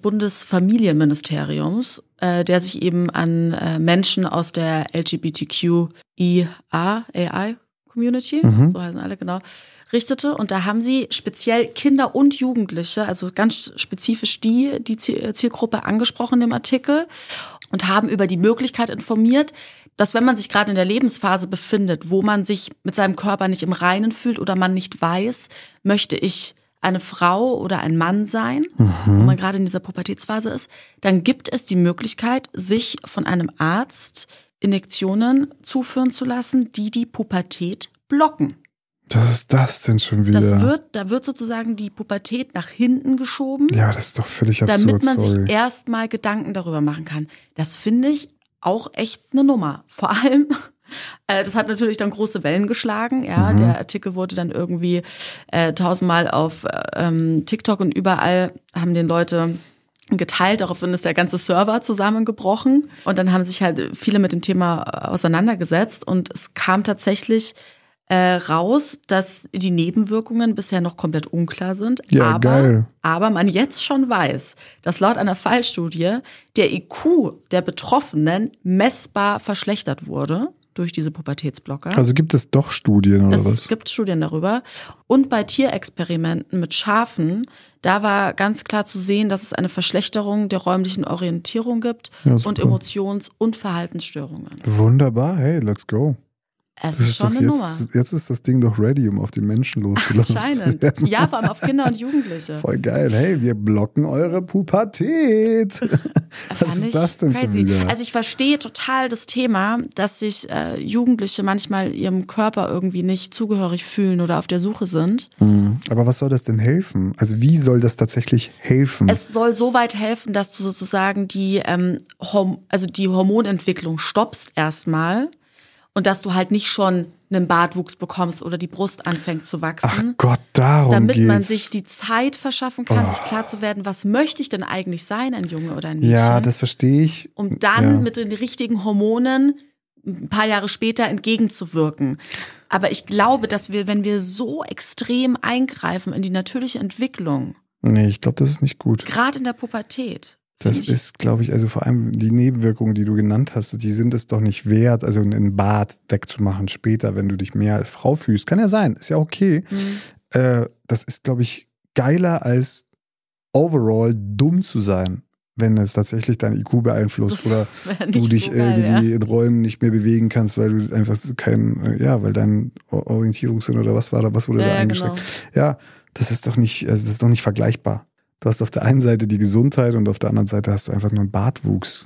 Bundesfamilienministeriums, äh, der sich eben an äh, Menschen aus der L G B T Q I A Community, Mhm. so heißen alle genau, richtete. Und da haben sie speziell Kinder und Jugendliche, also ganz spezifisch die, die Zielgruppe angesprochen im Artikel und haben über die Möglichkeit informiert, dass wenn man sich gerade in der Lebensphase befindet, wo man sich mit seinem Körper nicht im Reinen fühlt oder man nicht weiß, möchte ich eine Frau oder ein Mann sein, mhm. wo man gerade in dieser Pubertätsphase ist, dann gibt es die Möglichkeit, sich von einem Arzt Injektionen zuführen zu lassen, die die Pubertät blocken. Was ist das denn schon wieder? Das wird, da wird sozusagen die Pubertät nach hinten geschoben. Ja, das ist doch völlig absurd, damit man sorry. sich erstmal Gedanken darüber machen kann. Das finde ich auch echt eine Nummer. Vor allem, äh, das hat natürlich dann große Wellen geschlagen. Ja, mhm. Der Artikel wurde dann irgendwie äh, tausendmal auf ähm, TikTok und überall haben den Leute geteilt. Daraufhin ist der ganze Server zusammengebrochen. Und dann haben sich halt viele mit dem Thema auseinandergesetzt. Und es kam tatsächlich äh, raus, dass die Nebenwirkungen bisher noch komplett unklar sind. Ja, aber, geil. aber man jetzt schon weiß, dass laut einer Fallstudie der I Q der Betroffenen messbar verschlechtert wurde durch diese Pubertätsblocker. Also gibt es doch Studien oder es was? Es gibt Studien darüber. Und bei Tierexperimenten mit Schafen, da war ganz klar zu sehen, dass es eine Verschlechterung der räumlichen Orientierung gibt Ja, und Emotions- und Verhaltensstörungen. Wunderbar, hey, let's go. Es Das ist ist schon doch eine jetzt, Nummer. jetzt ist das Ding doch ready, um auf die Menschen losgelassen zu Anscheinend. werden. Ja, vor allem auf Kinder und Jugendliche. Voll geil. Hey, wir blocken eure Pubertät. Was Fand ist ich das denn schon crazy. wieder? Also ich verstehe total das Thema, dass sich äh, Jugendliche manchmal ihrem Körper irgendwie nicht zugehörig fühlen oder auf der Suche sind. Mhm. Aber was soll das denn helfen? Also wie soll das tatsächlich helfen? Es soll so weit helfen, dass du sozusagen die, ähm, Horm- also die Hormonentwicklung stoppst erstmal und dass du halt nicht schon einen Bartwuchs bekommst oder die Brust anfängt zu wachsen. Ach Gott, darum Damit geht's. man sich die Zeit verschaffen kann, Oh. sich klar zu werden, was möchte ich denn eigentlich sein, ein Junge oder ein Mädchen? Ja, das verstehe ich. Um dann ja. mit den richtigen Hormonen ein paar Jahre später entgegenzuwirken. Aber ich glaube, dass wir, wenn wir so extrem eingreifen in die natürliche Entwicklung, Nee, ich glaube, das ist nicht gut. gerade in der Pubertät, Das finde ich, ist, glaube ich, also vor allem die Nebenwirkungen, die du genannt hast, die sind es doch nicht wert, also einen Bart wegzumachen später, wenn du dich mehr als Frau fühlst. Kann ja sein, ist ja okay. Mhm. Äh, das ist, glaube ich, geiler als overall dumm zu sein, wenn es tatsächlich dein I Q beeinflusst Das oder wär nicht du dich so geil, irgendwie ja. in Räumen nicht mehr bewegen kannst, weil du einfach so kein, ja, weil dein Orientierungssinn oder was war da, was wurde Ja, da ja, eingeschränkt. genau. Ja, das ist doch nicht, also das ist doch nicht vergleichbar. Du hast auf der einen Seite die Gesundheit und auf der anderen Seite hast du einfach nur einen Bartwuchs.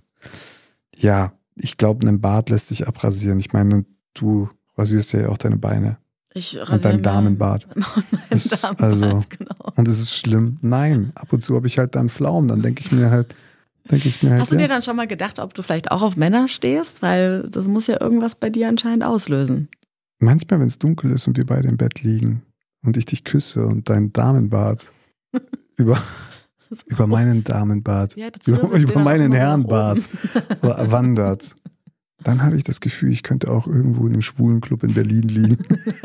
Ja, ich glaube, ein Bart lässt sich abrasieren. Ich meine, du rasierst ja auch deine Beine. Ich Und dein mir- Damenbart. Mein Das- Damenbart, also- genau. Und es ist schlimm. Nein, ab und zu habe ich halt da einen Pflaumen. Dann denke ich mir halt, denke ich mir halt, Hast du ja. dir dann schon mal gedacht, ob du vielleicht auch auf Männer stehst? Weil das muss ja irgendwas bei dir anscheinend auslösen. Manchmal, wenn es dunkel ist und wir beide im Bett liegen und ich dich küsse und dein Damenbart über, über meinen Damenbart, Ja, du über, zwirbelst über den meinen auch immer nach Herrenbart wandert. Dann hatte ich das Gefühl, ich könnte auch irgendwo in einem schwulen Club in Berlin liegen.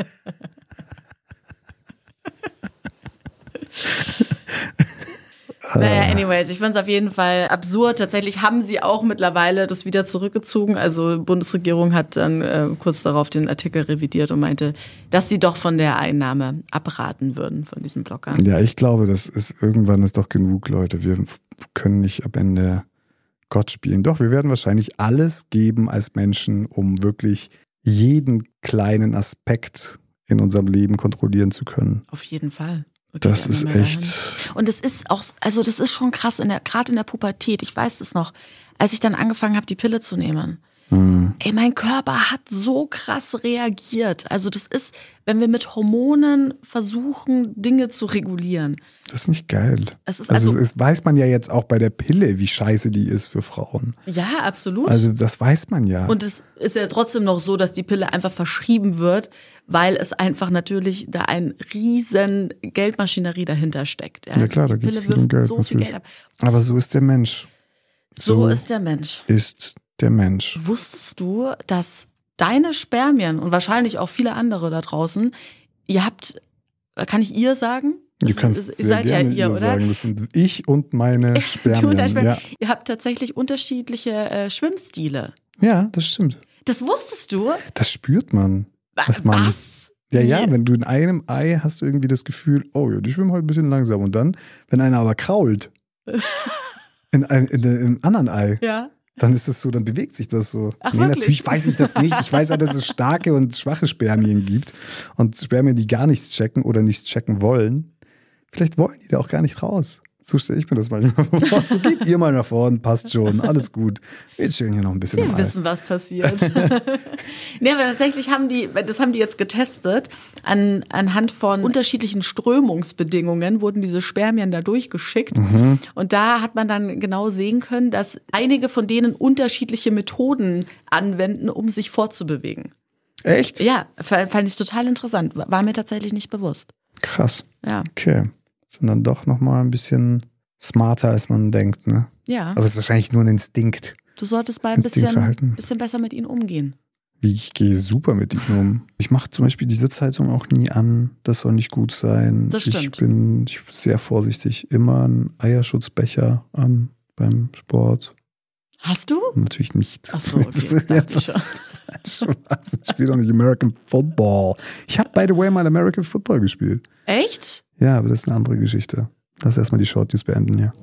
Naja, anyways, ich finde es auf jeden Fall absurd. Tatsächlich haben sie auch mittlerweile das wieder zurückgezogen. Also die Bundesregierung hat dann äh, kurz darauf den Artikel revidiert und meinte, dass sie doch von der Einnahme abraten würden von diesen Blockern. Ja, ich glaube, das ist irgendwann ist doch genug, Leute. Wir können nicht am Ende Gott spielen. Doch, wir werden wahrscheinlich alles geben als Menschen, um wirklich jeden kleinen Aspekt in unserem Leben kontrollieren zu können. Auf jeden Fall. Okay, das ist echt. Dahin. Und es ist auch, also das ist schon krass, in der, gerade in der Pubertät, ich weiß das noch, als ich dann angefangen habe, die Pille zu nehmen. Hm. Ey, mein Körper hat so krass reagiert. Also das ist, wenn wir mit Hormonen versuchen, Dinge zu regulieren. Das ist nicht geil. Es ist also, also das weiß man ja jetzt auch bei der Pille, wie scheiße die ist für Frauen. Ja, absolut. Also das weiß man ja. Und es ist ja trotzdem noch so, dass die Pille einfach verschrieben wird, weil es einfach natürlich da ein riesen Geldmaschinerie dahinter steckt. Ja, ja klar, da geht es viel um Geld. So viel Geld ab. Aber so ist der Mensch. So, so ist der Mensch. Ist der Mensch. Wusstest du, dass deine Spermien und wahrscheinlich auch viele andere da draußen, ihr habt, kann ich ihr sagen? Du kannst ihr sehr seid gerne ja ihr, ihr oder? sagen, das sind ich und meine Spermien. und ja. Ihr habt tatsächlich unterschiedliche äh, Schwimmstile. Ja, das stimmt. Das wusstest du? Das spürt man. Dass man Was? Ja, ja, wenn du in einem Ei hast du irgendwie das Gefühl, oh ja, die schwimmen heute ein bisschen langsam. Und dann, wenn einer aber krault, in, ein, in, in einem anderen Ei, ja. dann ist das so, dann bewegt sich das so. Ach, nee, wirklich? Natürlich weiß ich das nicht. Ich weiß ja, dass es starke und schwache Spermien gibt. Und Spermien, die gar nichts checken oder nicht checken wollen. Vielleicht wollen die da auch gar nicht raus. So stelle ich mir das manchmal vor. So geht ihr mal nach vorne, passt schon, alles gut. Wir chillen hier noch ein bisschen. Wir wissen, was passiert. Nee, aber tatsächlich haben die, das haben die jetzt getestet. An, anhand von unterschiedlichen Strömungsbedingungen wurden diese Spermien da durchgeschickt. Mhm. Und da hat man dann genau sehen können, dass einige von denen unterschiedliche Methoden anwenden, um sich fortzubewegen. Echt? Ja, fand ich total interessant. War mir tatsächlich nicht bewusst. Krass. Ja. Okay. Sind dann doch nochmal ein bisschen smarter, als man denkt, ne? Ja. Aber es ist wahrscheinlich nur ein Instinkt. Du solltest mal ein bisschen, bisschen besser mit ihnen umgehen. Wie, ich gehe super mit ihnen um. Ich mache zum Beispiel diese Zeitung auch nie an. Das soll nicht gut sein. Das stimmt. Ich bin ich bin sehr vorsichtig. Immer einen Eierschutzbecher an beim Sport. Hast du? Natürlich nicht. Ach so, okay, das dachte ich schon. Ich spiele doch nicht American Football. Ich habe, by the way, mal American Football gespielt. Echt? Ja, aber das ist eine andere Geschichte. Lass erstmal die Short News beenden hier.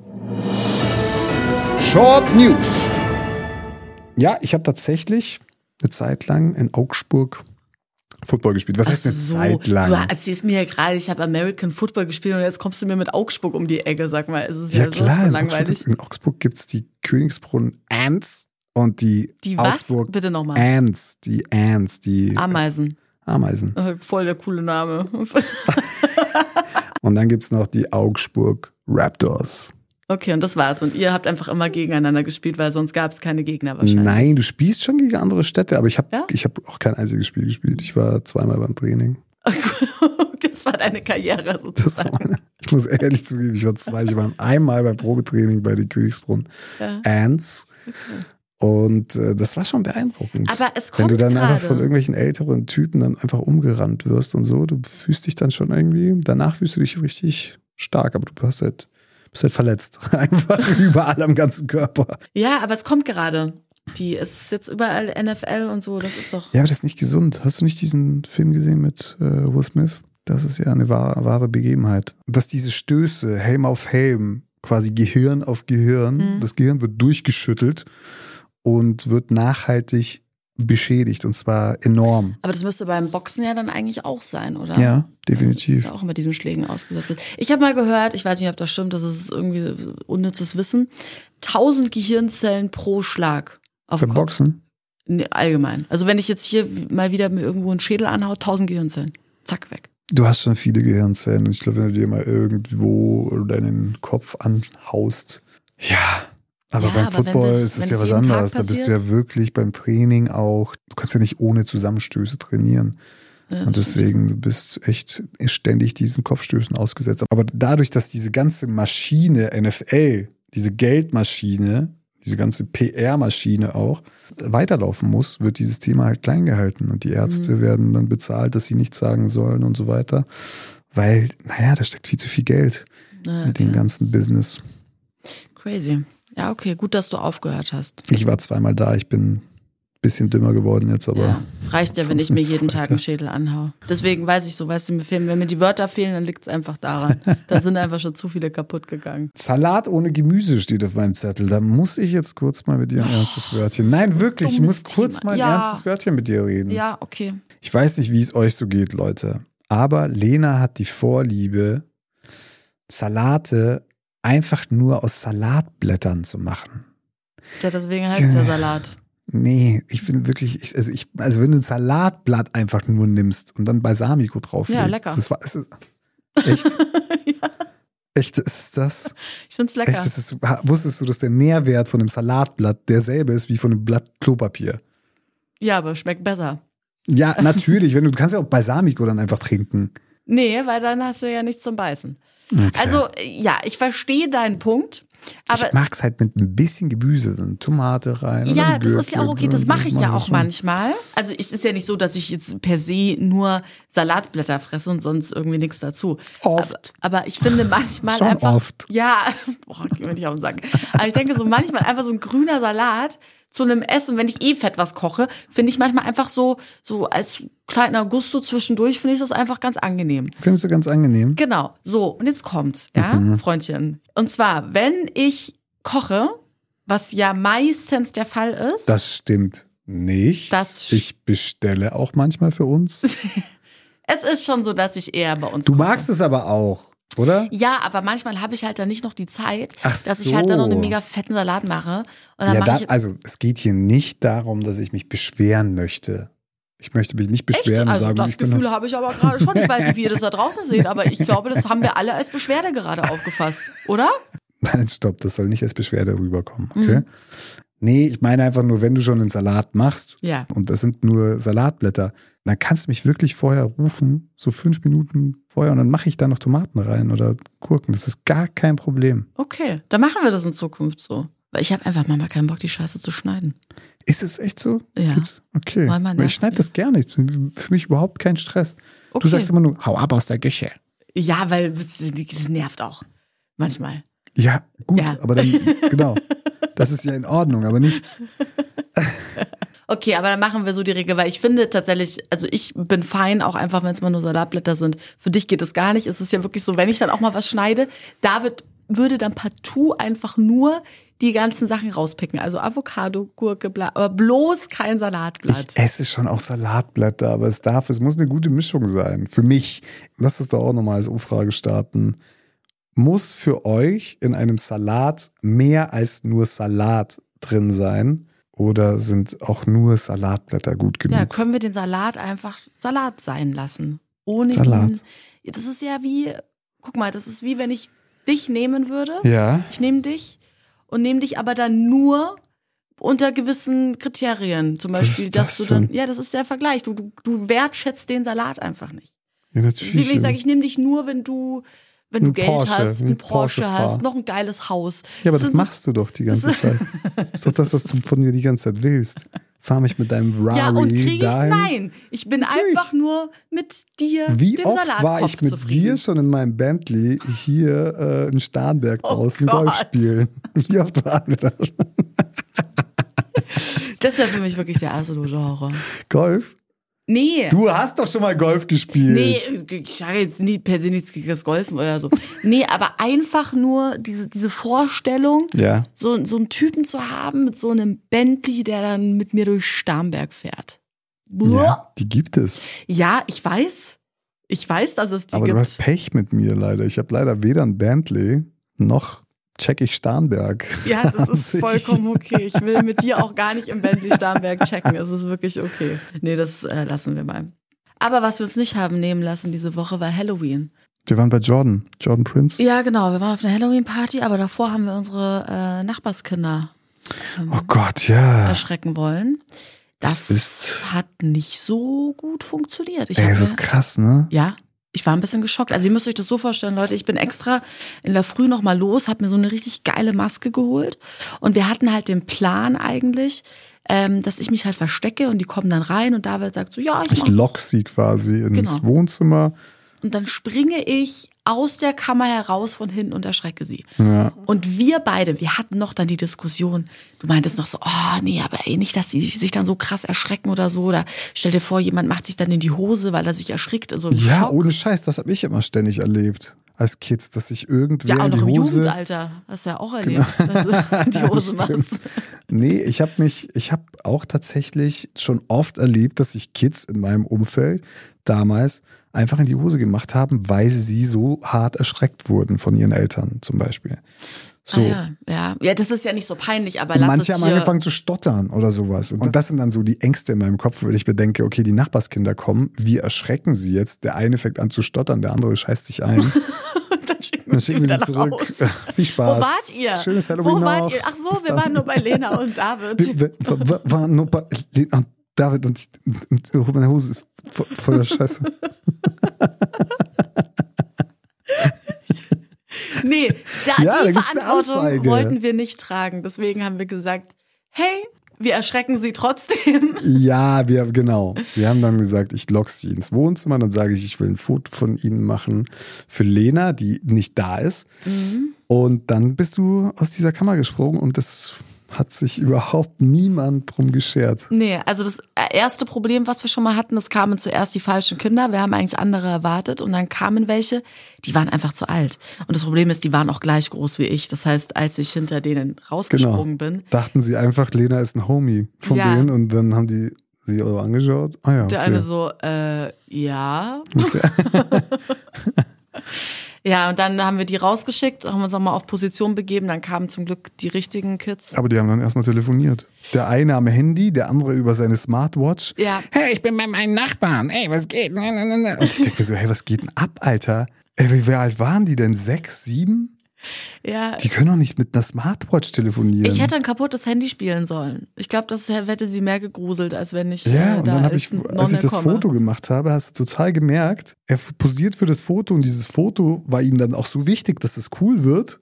Short News. Ja, ich habe tatsächlich eine Zeit lang in Augsburg Football gespielt. Was Ach heißt eine so, Zeit lang? Du erzählst mir ja gerade, ich habe American Football gespielt und jetzt kommst du mir mit Augsburg um die Ecke. Sag mal, ist es ja, ja klar, so in langweilig. Augsburg, in Augsburg gibt es die Königsbrunn Ants und die, die was? Augsburg Bitte nochmal. Ants, die Ants, die Ameisen. Ameisen. Voll der coole Name. Und dann gibt es noch die Augsburg Raptors. Okay, und das war's. Und ihr habt einfach immer gegeneinander gespielt, weil sonst gab es keine Gegner wahrscheinlich. Nein, du spielst schon gegen andere Städte, aber ich habe ja? ich hab auch kein einziges Spiel gespielt. Ich war zweimal beim Training. Das war deine Karriere sozusagen. Das war, ich muss ehrlich zugeben, ich war zwei. Ich war einmal beim Probetraining bei den Königsbrunn ja. Ants. Okay. Und äh, das war schon beeindruckend. Aber es kommt Wenn du dann grade. einfach von irgendwelchen älteren Typen dann einfach umgerannt wirst und so, du fühlst dich dann schon irgendwie, danach fühlst du dich richtig stark, aber du hast halt, bist halt verletzt. Einfach überall am ganzen Körper. Ja, aber es kommt gerade. Die, es ist jetzt überall N F L und so, das ist doch... Ja, aber das ist nicht gesund. Hast du nicht diesen Film gesehen mit äh, Will Smith? Das ist ja eine wahre, wahre Begebenheit. Dass diese Stöße, Helm auf Helm, quasi Gehirn auf Gehirn, mhm. das Gehirn wird durchgeschüttelt und wird nachhaltig beschädigt und zwar enorm. Aber das müsste beim Boxen ja dann eigentlich auch sein, oder? Ja, definitiv. Ja, auch immer diesen Schlägen ausgesetzt wird. Ich habe mal gehört, ich weiß nicht, ob das stimmt, das ist irgendwie unnützes Wissen, tausend Gehirnzellen pro Schlag auf Beim den Kopf. Boxen? Nee, allgemein. Also wenn ich jetzt hier mal wieder mir irgendwo einen Schädel anhaue, tausend Gehirnzellen. Zack, weg. Du hast schon viele Gehirnzellen und ich glaube, wenn du dir mal irgendwo deinen Kopf anhaust, ja... Aber ja, beim aber Football das, ist es ja was anderes. Da bist du ja wirklich beim Training auch, du kannst ja nicht ohne Zusammenstöße trainieren. Ja, und das deswegen, du bist echt ständig diesen Kopfstößen ausgesetzt. Aber dadurch, dass diese ganze Maschine N F L, diese Geldmaschine, diese ganze P R-Maschine auch weiterlaufen muss, wird dieses Thema halt klein gehalten. Und die Ärzte mhm. werden dann bezahlt, dass sie nichts sagen sollen und so weiter. Weil, naja, da steckt viel zu viel Geld ja, mit dem klar. ganzen Business. Crazy. Ja, okay, gut, dass du aufgehört hast. Ich war zweimal da, ich bin ein bisschen dümmer geworden jetzt, aber... Ja, reicht ja, wenn ich mir jeden Tag weiter. einen Schädel anhau. Deswegen weiß ich so, weißt du, mir fehlen, wenn mir die Wörter fehlen, dann liegt es einfach daran. Da sind einfach schon zu viele kaputt gegangen. Salat ohne Gemüse steht auf meinem Zettel. Da muss ich jetzt kurz mal mit dir ein ernstes Wörtchen. Nein, wirklich, ich muss kurz Thema. mal ein Ja. ernstes Wörtchen mit dir reden. Ja, okay. Ich weiß nicht, wie es euch so geht, Leute. Aber Lena hat die Vorliebe, Salate einfach nur aus Salatblättern zu machen. Ja, deswegen heißt es ja Salat. Nee, ich finde wirklich, ich, also ich, also wenn du ein Salatblatt einfach nur nimmst und dann Balsamico drauflegst. Ja, lecker. Das war, es ist, echt? Ja. Echt, ist es das? Ich find's lecker. Echt, ist es, wusstest du, dass der Nährwert von einem Salatblatt derselbe ist wie von einem Blatt Klopapier? Ja, aber schmeckt besser. Ja, natürlich. Wenn du, du kannst ja auch Balsamico dann einfach trinken. Nee, weil dann hast du ja nichts zum Beißen. Okay. Also, ja, ich verstehe deinen Punkt. Aber ich mag's halt mit ein bisschen Gemüse, so eine Tomate rein. oder ja, ein das ist ja auch Gürkchen, okay, das mache ich ja mach auch schon. manchmal. Also es ist ja nicht so, dass ich jetzt per se nur Salatblätter fresse und sonst irgendwie nichts dazu. Oft. Aber, aber ich finde manchmal Schon einfach... oft. Ja, boah, geh mir nicht auf den Sack. Aber ich denke so manchmal einfach so ein grüner Salat zu einem Essen, wenn ich eh fett was koche, finde ich manchmal einfach so, so als kleiner Gusto zwischendurch, finde ich das einfach ganz angenehm. Findest du ganz angenehm? Genau, so, und jetzt kommt's, ja, Mhm. Freundchen. Und zwar, wenn ich koche, was ja meistens der Fall ist. Das stimmt nicht. Das ich bestelle auch manchmal für uns. Es ist schon so, dass ich eher bei uns Du koche. magst es aber auch, oder? Ja, aber manchmal habe ich halt dann nicht noch die Zeit, Ach dass ich so. halt dann noch einen mega fetten Salat mache. Und dann Ja, mache da, ich also es geht hier nicht darum, dass ich mich beschweren möchte. Ich möchte mich nicht Echt? beschweren Also und sagen, das ich bin Gefühl habe ich aber gerade schon. Ich weiß nicht, wie ihr das da draußen seht, aber ich glaube, das haben wir alle als Beschwerde gerade aufgefasst, oder? Nein, stopp, das soll nicht als Beschwerde rüberkommen, okay? Mhm. Nee, ich meine einfach nur, wenn du schon einen Salat machst Ja. und das sind nur Salatblätter, dann kannst du mich wirklich vorher rufen, so fünf Minuten vorher, und dann mache ich da noch Tomaten rein oder Gurken. Das ist gar kein Problem. Okay, dann machen wir das in Zukunft so. Weil ich habe einfach manchmal keinen Bock, die Scheiße zu schneiden. Ist es echt so? Ja. Jetzt? Okay. Manchmal Weil ich nervt's schneide mich. das gerne. Ist für mich überhaupt kein Stress. Okay. Du sagst immer nur, hau ab aus der Küche. Ja, weil das nervt auch. Manchmal. Ja, gut, Ja. aber dann, genau. Das ist ja in Ordnung, aber nicht. Okay, aber dann machen wir so die Regel, weil ich finde tatsächlich, also ich bin fein, auch einfach, wenn es mal nur Salatblätter sind. Für dich geht es gar nicht. Es ist ja wirklich so, wenn ich dann auch mal was schneide, David würde dann partout einfach nur die ganzen Sachen rauspicken. Also Avocado, Gurke, bla, aber bloß kein Salatblatt. Ich esse schon auch Salatblätter, aber es darf, es muss eine gute Mischung sein. Für mich, lass das doch auch nochmal als Umfrage starten. Muss für euch in einem Salat mehr als nur Salat drin sein? Oder sind auch nur Salatblätter gut genug? Ja, können wir den Salat einfach Salat sein lassen. Ohne Salat. ihn. Das ist ja wie, guck mal, das ist wie wenn ich dich nehmen würde. Ja. Ich nehme dich und nehme dich aber dann nur unter gewissen Kriterien. Zum Was Beispiel, ist dass das du dann, denn? ja, das ist der Vergleich. Du, du, du wertschätzt den Salat einfach nicht. Ja, Wie natürlich. wenn ich sage, ich nehme dich nur, wenn du, wenn du Ein Geld Porsche, hast, ein ein Porsche, Porsche fahr. hast, noch ein geiles Haus. Ja, aber das sind so- machst du doch die ganze das- Zeit. Das ist doch das, was du von mir die ganze Zeit willst. Fahr mich mit deinem Rari Ja, und kriege ich's? dahin. Nein. Ich bin Natürlich. einfach nur mit dir Wie den oft Salatkopf war ich mit zufrieden. dir schon in meinem Bentley hier äh, in Starnberg Oh draußen Gott. Golf spielen? Wie oft waren wir da schon? Das wäre für mich wirklich der absolute Horror. Golf? Nee. Du hast doch schon mal Golf gespielt. Nee, ich sage jetzt nie per se nichts gegen das Golfen oder so. Nee, aber einfach nur diese, diese Vorstellung, Ja. so, so einen Typen zu haben mit so einem Bentley, der dann mit mir durch Starnberg fährt. Ja, die gibt es. Ja, ich weiß. Ich weiß, dass es die Aber gibt. du hast Pech mit mir leider. Ich habe leider weder ein Bentley noch check ich Starnberg. Ja, das an ist sich. vollkommen okay. Ich will mit dir auch gar nicht im Bentley Starnberg checken. Es ist wirklich okay. Nee, das äh, lassen wir mal. Aber was wir uns nicht haben nehmen lassen diese Woche war Halloween. Wir waren bei Jordan. Jordan Prince. Ja, genau. Wir waren auf einer Halloween-Party, aber davor haben wir unsere äh, Nachbarskinder Oh Gott, ja. erschrecken wollen. Das, das ist, hat nicht so gut funktioniert. Ich ey, hab das mir, ist krass, ne? Ja, ich war ein bisschen geschockt. Also ihr müsst euch das so vorstellen, Leute, ich bin extra in der Früh nochmal los, habe mir so eine richtig geile Maske geholt und wir hatten halt den Plan eigentlich, ähm, dass ich mich halt verstecke und die kommen dann rein und David sagt so, ja, ich, Ich mach. lock sie quasi ins Genau. Wohnzimmer. Und dann springe ich aus der Kammer heraus von hinten und erschrecke sie. Ja. Und wir beide, wir hatten noch dann die Diskussion, du meintest noch so, oh nee, aber ey, nicht, dass sie sich dann so krass erschrecken oder so. Oder stell dir vor, jemand macht sich dann in die Hose, weil er sich erschrickt. So Ja, Schock. ohne Scheiß, das habe ich immer ständig erlebt als Kids, dass sich irgendwer Ja, auch in die noch im Hose... Jugendalter. Hast du ja auch erlebt, dass du in die Hose Stimmt. machst. Nee, ich habe mich, ich habe auch tatsächlich schon oft erlebt, dass sich Kids in meinem Umfeld damals einfach in die Hose gemacht haben, weil sie so hart erschreckt wurden von ihren Eltern zum Beispiel. So. Ah, ja. ja, ja, das ist ja nicht so peinlich, aber Und lass manche es haben hier... angefangen zu stottern oder sowas. Und das sind dann so die Ängste in meinem Kopf, wenn ich bedenke, okay, die Nachbarskinder kommen, wir erschrecken sie jetzt. Der eine fängt an zu stottern, der andere scheißt sich ein. Dann schicken wir Dann schicken wir wieder sie nach zurück. Hause. Viel Spaß. Wo wart ihr? Schönes Halloween Wo wart noch. ihr? Ach so, Bis wir dann. waren nur bei Lena und David. Wir, wir, wir waren nur bei und David und, ich, und meine Hose ist vo- voller Scheiße. Nee, da, Ja, da die gibt's eine Verantwortung Anzeige. wollten wir nicht tragen. Deswegen haben wir gesagt, hey, wir erschrecken sie trotzdem. Ja, wir, genau. Wir haben dann gesagt, ich lock sie ins Wohnzimmer, dann sage ich, ich will ein Foto von ihnen machen für Lena, die nicht da ist. Mhm. Und dann bist du aus dieser Kammer gesprungen und das hat sich überhaupt niemand drum geschert. Nee, also das erste Problem, was wir schon mal hatten, es kamen zuerst die falschen Kinder. Wir haben eigentlich andere erwartet und dann kamen welche, die waren einfach zu alt. Und das Problem ist, die waren auch gleich groß wie ich. Das heißt, als ich hinter denen rausgesprungen bin, Dachten sie einfach, Lena ist ein Homie von Ja. denen und dann haben die sie aber angeschaut. Ah ja, okay. der eine so, äh, ja. Ja, und dann haben wir die rausgeschickt, haben uns nochmal auf Position begeben, dann kamen zum Glück die richtigen Kids. Aber die haben dann erstmal telefoniert. Der eine am Handy, der andere über seine Smartwatch. Ja. Hey, ich bin bei meinen Nachbarn. Ey, was geht? Und ich denke mir so, hey, was geht denn ab, Alter? Ey, wie, wie alt waren die denn? Sechs, sieben? Ja. Die können doch nicht mit einer Smartwatch telefonieren. Ich hätte ein kaputtes Handy spielen sollen. Ich glaube, das hätte sie mehr gegruselt, als wenn ich ja, äh, und da dann habe als ich, als Nonne ich das komme. Foto gemacht habe, hast du total gemerkt, er posiert für das Foto und dieses Foto war ihm dann auch so wichtig, dass es cool wird.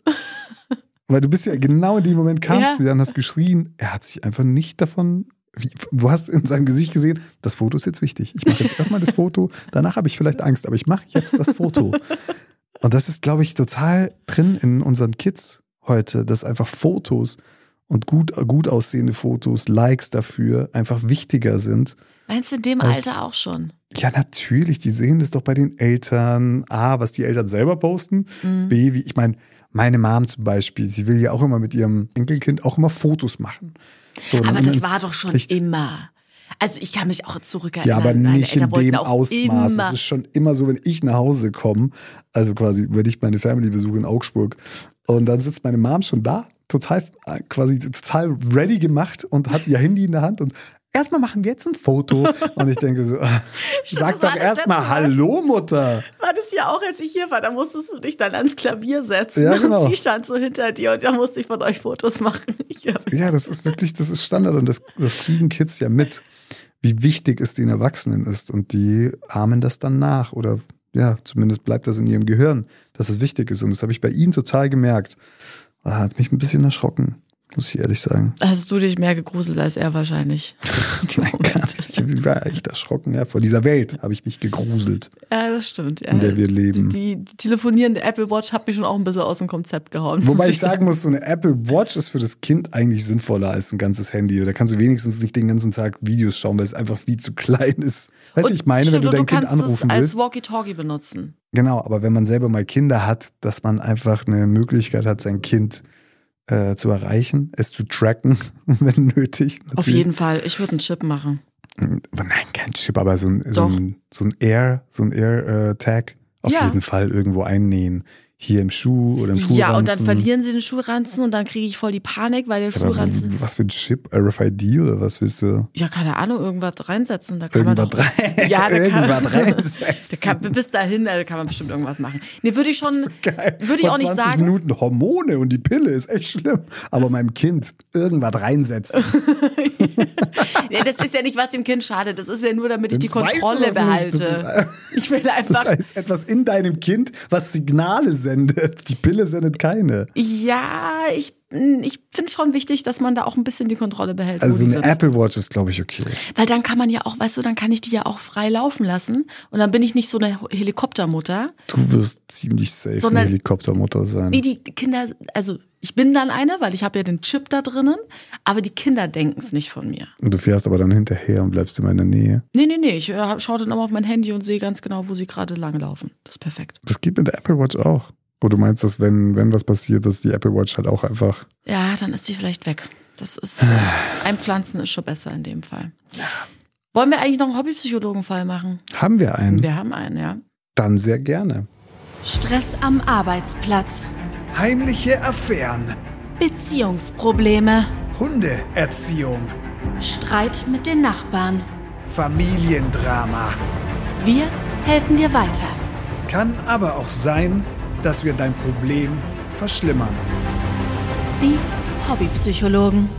Weil du bist ja genau in dem Moment kamst Ja. du wieder und hast geschrien. Er hat sich einfach nicht davon. Wie, du hast in seinem Gesicht gesehen, das Foto ist jetzt wichtig. Ich mache jetzt erstmal das Foto, danach habe ich vielleicht Angst, aber ich mache jetzt das Foto. Und das ist, glaube ich, total drin in unseren Kids heute, dass einfach Fotos und gut, gut aussehende Fotos, Likes dafür einfach wichtiger sind. Meinst du in dem Aus- Alter auch schon? Ja, natürlich, die sehen das doch bei den Eltern. A, was die Eltern selber posten. Mhm. B, wie, ich meine, meine Mom zum Beispiel, sie will ja auch immer mit ihrem Enkelkind auch immer Fotos machen. So, dann Aber immer das ins war doch schon Licht. immer. Also ich kann mich auch zurückerinnern. Ja, aber meine nicht Eltern in wollten dem auch Ausmaß. Immer. Es ist schon immer so, wenn ich nach Hause komme, also quasi, wenn ich meine Family besuche in Augsburg, und dann sitzt meine Mom schon da, total, quasi total ready gemacht und hat ihr Handy in der Hand und erstmal machen wir jetzt ein Foto. Und ich denke so, sag das war doch das erstmal letzte Mal. Hallo, Mutter. War das ja auch, als ich hier war, da musstest du dich dann ans Klavier setzen. Ja, genau. Und sie stand so hinter dir und da musste ich von euch Fotos machen. Ich hab, Ja, das ist wirklich, das ist Standard und das, das kriegen Kids ja mit, wie wichtig es den Erwachsenen ist und die ahmen das dann nach oder ja, zumindest bleibt das in ihrem Gehirn, dass es wichtig ist und das habe ich bei ihm total gemerkt. Ah, hat mich ein bisschen erschrocken, muss ich ehrlich sagen. hast du dich mehr gegruselt als er wahrscheinlich. Nein, gar nicht. Ich war echt erschrocken, ja, vor dieser Welt habe ich mich gegruselt, Ja, das stimmt. Ja. in der wir leben. Die, die telefonierende Apple Watch hat mich schon auch ein bisschen aus dem Konzept gehauen. Wobei muss ich sagen muss, so eine Apple Watch ist für das Kind eigentlich sinnvoller als ein ganzes Handy. Da kannst du wenigstens nicht den ganzen Tag Videos schauen, weil es einfach viel zu klein ist. Weißt du, ich meine, stimmt, wenn du und dein Kind kannst anrufen es als willst. Walkie-Talkie benutzen. Genau, aber wenn man selber mal Kinder hat, dass man einfach eine Möglichkeit hat, sein Kind äh, zu erreichen, es zu tracken, wenn nötig. Natürlich. Auf jeden Fall. Ich würde einen Chip machen. Aber nein, kein Chip, aber so ein, so Doch. ein, so ein Air, so ein Air-Tag auf Ja. jeden Fall irgendwo einnähen. hier im Schuh oder im Schuhranzen. Ja, und dann verlieren sie den Schuhranzen und dann kriege ich voll die Panik, weil der Aber Schuhranzen... was für ein Chip? R F I D oder was willst du? Ja, keine Ahnung, irgendwas reinsetzen. Da kann Irgendwas man doch, rein, ja, da irgendwas kann, reinsetzen. da kann, bis dahin da kann man bestimmt irgendwas machen. Nee, würde ich schon, Geil. würde ich Vor auch nicht zwanzig sagen. Minuten Hormone und die Pille ist echt schlimm. Aber meinem Kind irgendwas reinsetzen. Nee, das ist ja nicht, was dem Kind schadet. Das ist ja nur, damit ich die Das weißt du Kontrolle doch nicht. Das behalte. ist- Ich will einfach... Da ist etwas in deinem Kind, was Signale sendet. Die Pille sendet keine. Ja, ich, ich finde es schon wichtig, dass man da auch ein bisschen die Kontrolle behält. Also wo so die eine sind. Apple Watch ist, glaube ich, okay. Weil dann kann man ja auch, weißt du, dann kann ich die ja auch frei laufen lassen. Und dann bin ich nicht so eine Helikoptermutter. Du wirst ziemlich safe Sondern- eine Helikoptermutter sein. Nee, die Kinder, also ich bin dann eine, weil ich habe ja den Chip da drinnen. Aber die Kinder denken es nicht von mir. Und du fährst aber dann hinterher und bleibst immer in der Nähe. Nee, nee, nee, ich äh, schaue dann immer auf mein Handy und sehe ganz genau, wo sie gerade langlaufen. Das ist perfekt. Das geht mit der Apple Watch auch. Oder du meinst, dass wenn, wenn was passiert, dass die Apple Watch halt auch einfach... Ja, dann ist sie vielleicht weg. Das ist, äh, einpflanzen ist schon besser in dem Fall. Wollen wir eigentlich noch einen Hobbypsychologenfall machen? Haben wir einen? Wir haben einen, ja. Dann sehr gerne. Stress am Arbeitsplatz, Heimliche Affären, Beziehungsprobleme, Hundeerziehung, Streit mit den Nachbarn. Familiendrama. Wir helfen dir weiter. Kann aber auch sein, dass wir dein Problem verschlimmern. Die Hobbypsychologen.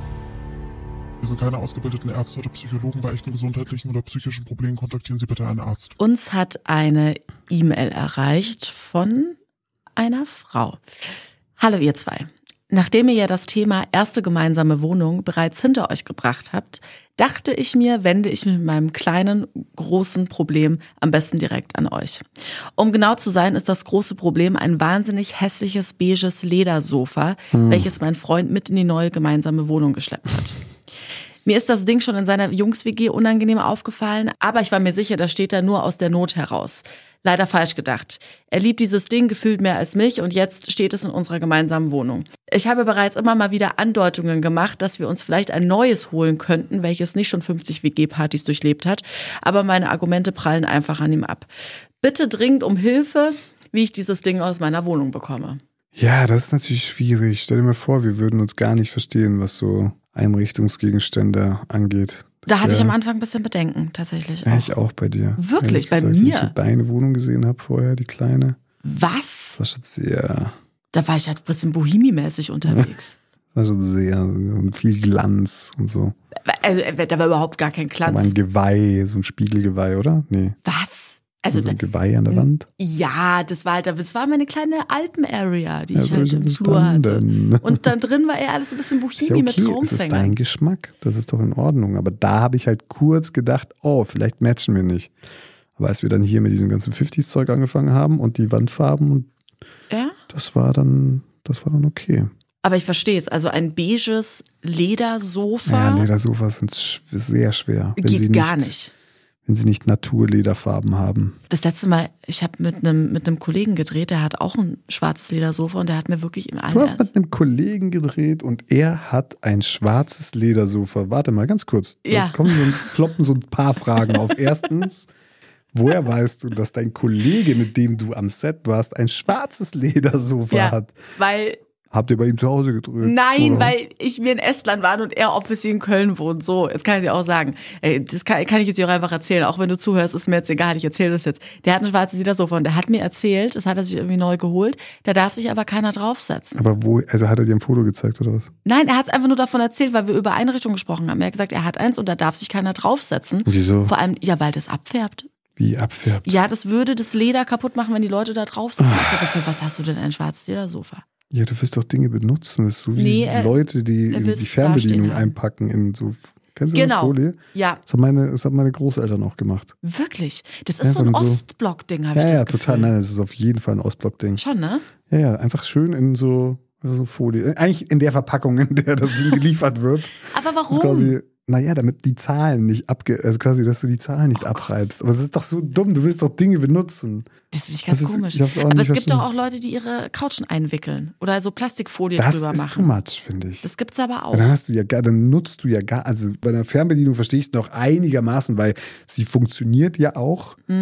Wir sind keine ausgebildeten Ärzte oder Psychologen. Bei echten gesundheitlichen oder psychischen Problemen kontaktieren Sie bitte einen Arzt. Uns hat eine E-Mail erreicht von einer Frau. Hallo ihr zwei. Nachdem ihr ja das Thema erste gemeinsame Wohnung bereits hinter euch gebracht habt, dachte ich mir, wende ich mich mit meinem kleinen, großen Problem am besten direkt an euch. Um genau zu sein, ist das große Problem ein wahnsinnig hässliches, beiges Ledersofa, hm. welches mein Freund mit in die neue gemeinsame Wohnung geschleppt hat. Mir ist das Ding schon in seiner Jungs-W G unangenehm aufgefallen, aber ich war mir sicher, das steht da nur aus der Not heraus. Leider falsch gedacht. Er liebt dieses Ding gefühlt mehr als mich und jetzt steht es in unserer gemeinsamen Wohnung. Ich habe bereits immer mal wieder Andeutungen gemacht, dass wir uns vielleicht ein neues holen könnten, welches nicht schon fünfzig W G-Partys durchlebt hat, aber meine Argumente prallen einfach an ihm ab. Bitte dringend um Hilfe, wie ich dieses Ding aus meiner Wohnung bekomme. Ja, das ist natürlich schwierig. Stell dir mal vor, wir würden uns gar nicht verstehen, was so Einrichtungsgegenstände angeht. Das Da hatte ich wär- am Anfang ein bisschen Bedenken, tatsächlich Ja, auch. ich auch bei dir. Wirklich? Ehrlich Bei gesagt, Wenn ich mir? so deine Wohnung gesehen habe vorher, die kleine, Was? das war schon sehr, Da war ich halt ein bisschen Bohemi-mäßig unterwegs. das war schon sehr, so viel Glanz und so. Also, da war überhaupt gar kein Da war ein Glanz. Geweih, so ein Spiegelgeweih, oder? Nee. Was? Also, so ein da, Geweih an der Wand. ja, das war halt, das war meine kleine Alpen-Area, die Ja, ich so halt hab im ich Flur hatte. verstanden. Und dann drin war eher alles so ein bisschen Ist ja Bohemi mit okay, das ist dein Traumfängern. Geschmack. Das ist doch in Ordnung. Aber da habe ich halt kurz gedacht, oh, vielleicht matchen wir nicht. Aber als wir dann hier mit diesem ganzen fünfziger-Zeug angefangen haben und die Wandfarben, und Ja? das war dann, das war dann okay. Aber ich verstehe es. Also ein beiges Ledersofa Ja, Ledersofas sind sch- sehr schwer. Wenn geht sie gar nicht, nicht. Wenn sie nicht Naturlederfarben haben. Das letzte Mal, ich habe mit einem mit einem Kollegen gedreht, der hat auch ein schwarzes Ledersofa und der hat mir wirklich im Du hast Ernst. mit einem Kollegen gedreht und er hat ein schwarzes Ledersofa. Warte mal, ganz kurz. Ja. Es kommen so, ein- ploppen so ein paar Fragen auf. Erstens, woher weißt du, dass dein Kollege, mit dem du am Set warst, ein schwarzes Ledersofa Ja, hat? weil Habt ihr bei ihm zu Hause gedreht? Nein, oder? weil ich mir in Estland war und er obviously in Köln wohnt. So, jetzt kann ich dir auch sagen. Ey, das kann, kann ich jetzt hier auch einfach erzählen. Auch wenn du zuhörst, ist mir jetzt egal. Ich erzähle das jetzt. Der hat ein schwarzes Ledersofa und der hat mir erzählt, das hat er sich irgendwie neu geholt. Da darf sich aber keiner draufsetzen. Aber wo, also hat er dir ein Foto gezeigt oder was? Nein, er hat es einfach nur davon erzählt, weil wir über Einrichtungen gesprochen haben. Er hat gesagt, er hat eins und da darf sich keiner draufsetzen. Wieso? Vor allem, ja, weil das abfärbt. Wie abfärbt? Ja, das würde das Leder kaputt machen, wenn die Leute da drauf sitzen. Ich sage, für was hast du denn ein schwarzes Ledersofa? Ja, du willst doch Dinge benutzen. Das ist so wie Nee, er- Leute, die er in will's die Fernbedienung dastehen haben. einpacken in so, kennst du Genau. das, Folie? Ja, Das haben meine, das haben meine Großeltern auch gemacht. wirklich. Das ist Ja, so ein dann so- Ostblock-Ding, habe Ja, ich das ja, Gefühl. total. Nein, das ist auf jeden Fall ein Ostblock-Ding. Schon, ne? Ja, ja, einfach schön in so, so Folie. Eigentlich in der Verpackung, in der das Ding geliefert wird. Aber Das ist warum? quasi, naja, damit die Zahlen nicht abge, also quasi, dass du die Zahlen nicht abreibst. Aber es ist doch so dumm, du willst doch Dinge benutzen. Das finde ich ganz Das ist- komisch. ich hab's auch Aber nicht es gibt doch verstanden. auch Leute, die ihre Couchen einwickeln oder so Plastikfolie Das drüber ist too machen. much, finde ich. Das gibt's aber Ja, auch. dann hast du ja gar, dann nutzt du ja gar, also bei einer Fernbedienung verstehe ich es noch einigermaßen, weil sie funktioniert ja auch. Mhm.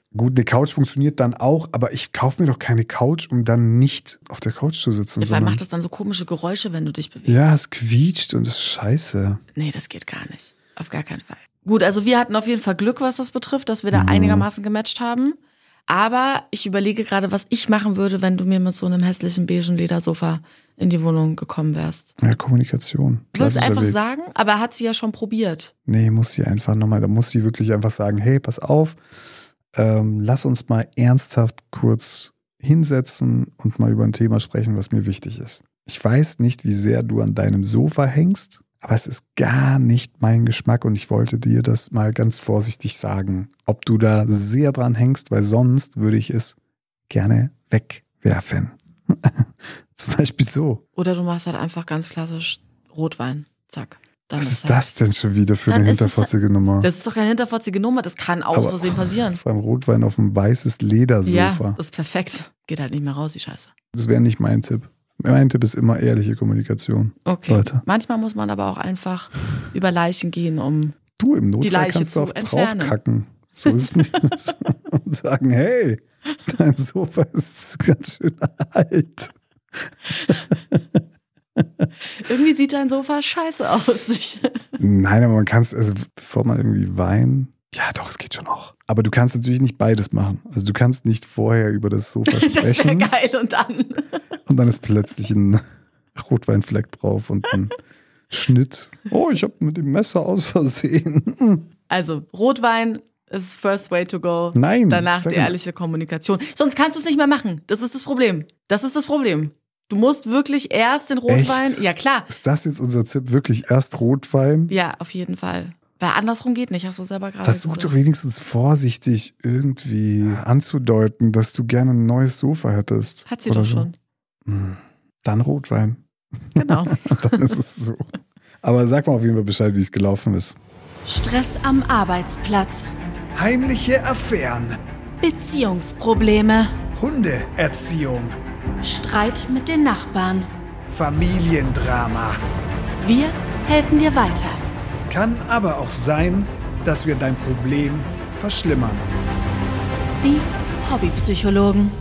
Gut, eine Couch funktioniert dann auch, aber ich kaufe mir doch keine Couch, um dann nicht auf der Couch zu sitzen. Weil macht das dann so komische Geräusche, wenn du dich bewegst? Ja, es quietscht und ist scheiße. Nee, das geht gar nicht. Auf gar keinen Fall. Gut, also wir hatten auf jeden Fall Glück, was das betrifft, dass wir da mhm. einigermaßen gematcht haben. Aber ich überlege gerade, was ich machen würde, wenn du mir mit so einem hässlichen beigen Ledersofa in die Wohnung gekommen wärst. Ja, Kommunikation. Willst du einfach Weg. sagen? Aber hat sie ja schon probiert. Nee, muss sie einfach nochmal, da muss sie wirklich einfach sagen, hey, pass auf, ähm, lass uns mal ernsthaft kurz hinsetzen und mal über ein Thema sprechen, was mir wichtig ist. Ich weiß nicht, wie sehr du an deinem Sofa hängst, aber es ist gar nicht mein Geschmack und ich wollte dir das mal ganz vorsichtig sagen, ob du da sehr dran hängst, weil sonst würde ich es gerne wegwerfen. Zum Beispiel so. Oder du machst halt einfach ganz klassisch Rotwein. Zack. Dann Was ist ist halt, das denn schon wieder für dann eine ist es- hinterfotzige Nummer? Das ist doch keine hinterfotzige Nummer, das kann aus Aber Versehen passieren. Vor allem Rotwein auf einem weißes Ledersofa. Ja, das ist perfekt. Geht halt nicht mehr raus, die Scheiße. Das wäre nicht mein Tipp. Mein Tipp ist immer ehrliche Kommunikation. Okay. Leute. Manchmal muss man aber auch einfach über Leichen gehen, um. Du im Notfall Leiche kannst du zu auch entfernen. draufkacken. So ist es nicht. Und sagen, hey, dein Sofa ist ganz schön alt. Irgendwie sieht dein Sofa scheiße aus. Nein, aber man kann es, also bevor man irgendwie weint, ja doch, es geht schon auch. Aber du kannst natürlich nicht beides machen. Also du kannst nicht vorher über das Sofa Das wäre sprechen geil und dann. und dann ist plötzlich ein Rotweinfleck drauf und ein Schnitt. Oh, ich habe mit dem Messer aus Versehen. Also, Rotwein ist first way to go. Nein. Danach sag die mal. ehrliche Kommunikation. Sonst kannst du es nicht mehr machen. Das ist das Problem. Das ist das Problem. Du musst wirklich erst den Rotwein. Echt? Ja, klar. Ist das jetzt unser Tipp? Wirklich erst Rotwein? Ja, auf jeden Fall. Weil andersrum geht nicht, hast du selber gerade Versuch gesagt. doch wenigstens vorsichtig irgendwie anzudeuten, dass du gerne ein neues Sofa hättest. Hat sie oder doch so. schon. Hm. Dann Rotwein. Genau. Und dann ist es so. Aber sag mal auf jeden Fall Bescheid, wie es gelaufen ist. Stress am Arbeitsplatz. Heimliche Affären. Beziehungsprobleme. Hundeerziehung. Streit mit den Nachbarn. Familiendrama. Wir helfen dir weiter. Kann aber auch sein, dass wir dein Problem verschlimmern. Die Hobbypsychologen.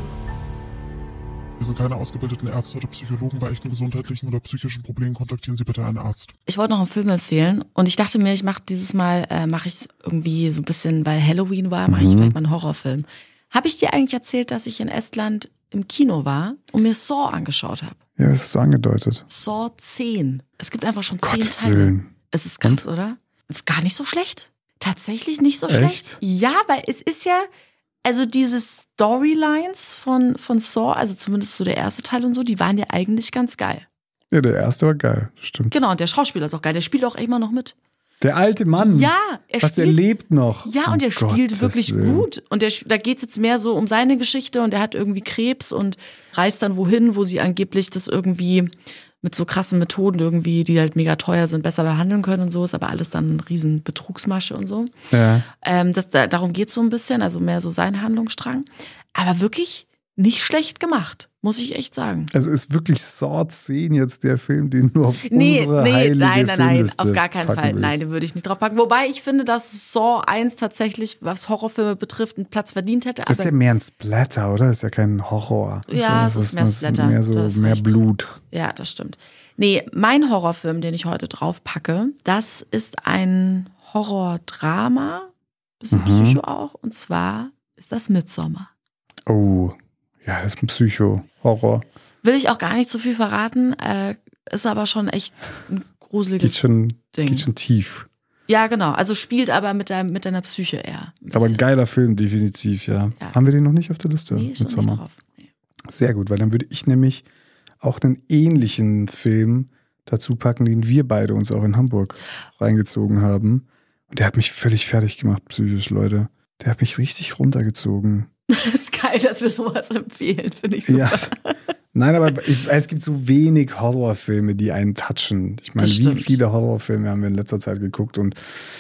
Wir sind keine ausgebildeten Ärzte oder Psychologen. Bei echten gesundheitlichen oder psychischen Problemen kontaktieren Sie bitte einen Arzt. Ich wollte noch einen Film empfehlen und ich dachte mir, ich mache dieses Mal, äh, mache ich irgendwie so ein bisschen, weil Halloween war, mache ich vielleicht mal einen Horrorfilm. Habe ich dir eigentlich erzählt, dass ich in Estland im Kino war und mir Saw angeschaut habe? Ja, das ist so angedeutet. Saw zehn. Es gibt einfach schon zehn Gottes Teile. Willen. Es ist krass, oder? Gar nicht so schlecht. Tatsächlich nicht so Echt? schlecht. Ja, weil es ist ja, also diese Storylines von, von Saw, also zumindest so der erste Teil und so, die waren ja eigentlich ganz geil. Ja, der erste war geil, stimmt. Genau, und der Schauspieler ist auch geil. Der spielt auch immer noch mit. Der alte Mann. Ja, er Was, der spielt. lebt noch. Ja, und er Um spielt Gottes wirklich Willen. gut. Und der, da geht's jetzt mehr so um seine Geschichte und er hat irgendwie Krebs und reist dann wohin, wo sie angeblich das irgendwie mit so krassen Methoden irgendwie, die halt mega teuer sind, besser behandeln können und so, ist aber alles dann eine riesen Betrugsmasche und so. Ja. Ähm, das, da, darum geht's so ein bisschen, also mehr so sein Handlungsstrang. Aber wirklich nicht schlecht gemacht, muss ich echt sagen. Also ist wirklich Saw zehn jetzt der Film, den du auf Nee, unsere nee, heilige nein, nein, nein, Filmliste auf gar keinen packen Fall. willst. Nein, den würde ich nicht drauf packen. Wobei ich finde, dass Saw eins tatsächlich, was Horrorfilme betrifft, einen Platz verdient hätte. Das ist ja Aber mehr ein Splatter, oder? Das ist ja kein Horror. Ja, Das es ist mehr das Splatter. Mehr, Du so, hast mehr recht. Blut. ja, das stimmt. Nee, mein Horrorfilm, den ich heute drauf packe, das ist ein Horrordrama, bisschen Mhm. Psycho auch, und zwar ist das Midsommar. Oh, ja, das ist ein Psycho-Horror. Will ich auch gar nicht so viel verraten, äh, ist aber schon echt ein gruseliges Geht schon, Ding. geht schon tief. Ja, genau. Also spielt aber mit, deinem, mit deiner Psyche eher. ein Aber ein bisschen. geiler Film, definitiv, ja. Ja. Haben wir den noch nicht auf der Liste? Nee, schon nicht Midsommar? drauf. Nee. Sehr gut, weil dann würde ich nämlich auch einen ähnlichen Film dazu packen, den wir beide uns auch in Hamburg reingezogen haben. Und der hat mich völlig fertig gemacht, psychisch, Leute. Der hat mich richtig runtergezogen. Das ist geil, dass wir sowas empfehlen, finde ich super. Ja. Nein, aber ich, es gibt so wenig Horrorfilme, die einen touchen. Ich meine, Das wie stimmt. viele Horrorfilme haben wir in letzter Zeit geguckt und,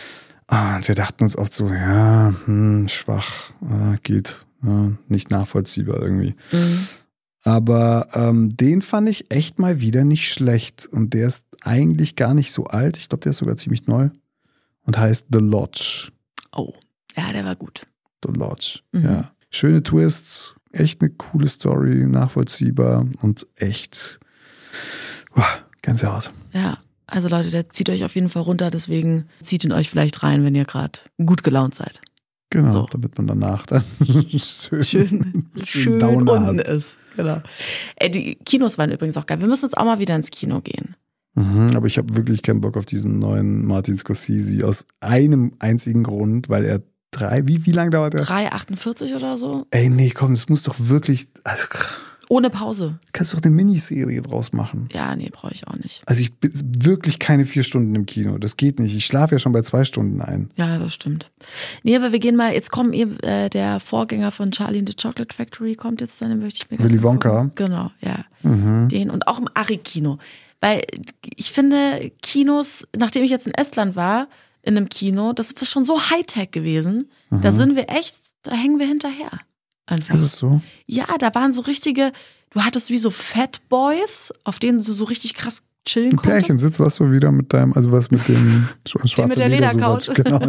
ah, und wir dachten uns oft so, ja, hm, schwach, ah, geht, ja, nicht nachvollziehbar irgendwie. Mhm. Aber ähm, den fand ich echt mal wieder nicht schlecht. Und der ist eigentlich gar nicht so alt. Ich glaube, der ist sogar ziemlich neu. Und heißt The Lodge. Oh, ja, der war gut. The Lodge. Mhm. Ja. Schöne Twists, echt eine coole Story, nachvollziehbar und echt boah, Gänsehaut. Ja, also Leute, der zieht euch auf jeden Fall runter, deswegen zieht ihn euch vielleicht rein, wenn ihr gerade gut gelaunt seid. Genau, so. Damit man danach dann schön, schön, schön unten ist. Genau. Ey, die Kinos waren übrigens auch geil. Wir müssen jetzt auch mal wieder ins Kino gehen. Mhm, aber ich habe wirklich keinen Bock auf diesen neuen Martin Scorsese aus einem einzigen Grund, weil er drei, wie, wie lang dauert er? drei achtundvierzig oder so? Ey, nee, komm, das muss doch wirklich, also, ohne Pause. Kannst doch eine Miniserie draus machen. Ja, nee, brauche ich auch nicht. Also ich bin wirklich keine vier Stunden im Kino, das geht nicht. Ich schlafe ja schon bei zwei Stunden ein. Ja, das stimmt. Nee, aber wir gehen mal, jetzt kommt äh, der Vorgänger von Charlie and the Chocolate Factory, kommt jetzt dann, den möchte ich mir Willy Wonka. Gucken. Genau, ja. Mhm. Den und auch im Ari-Kino. Weil ich finde, Kinos, nachdem ich jetzt in Estland war, in einem Kino, das ist schon so Hightech gewesen. Mhm. Da sind wir echt, da hängen wir hinterher. Einfach. Ist es so? Ja, da waren so richtige, du hattest wie so Fat Boys, auf denen du so richtig krass chillen konntest. Pärchensitz warst du wieder mit deinem, also was mit dem schwarzen mit der Ledercouch. Genau,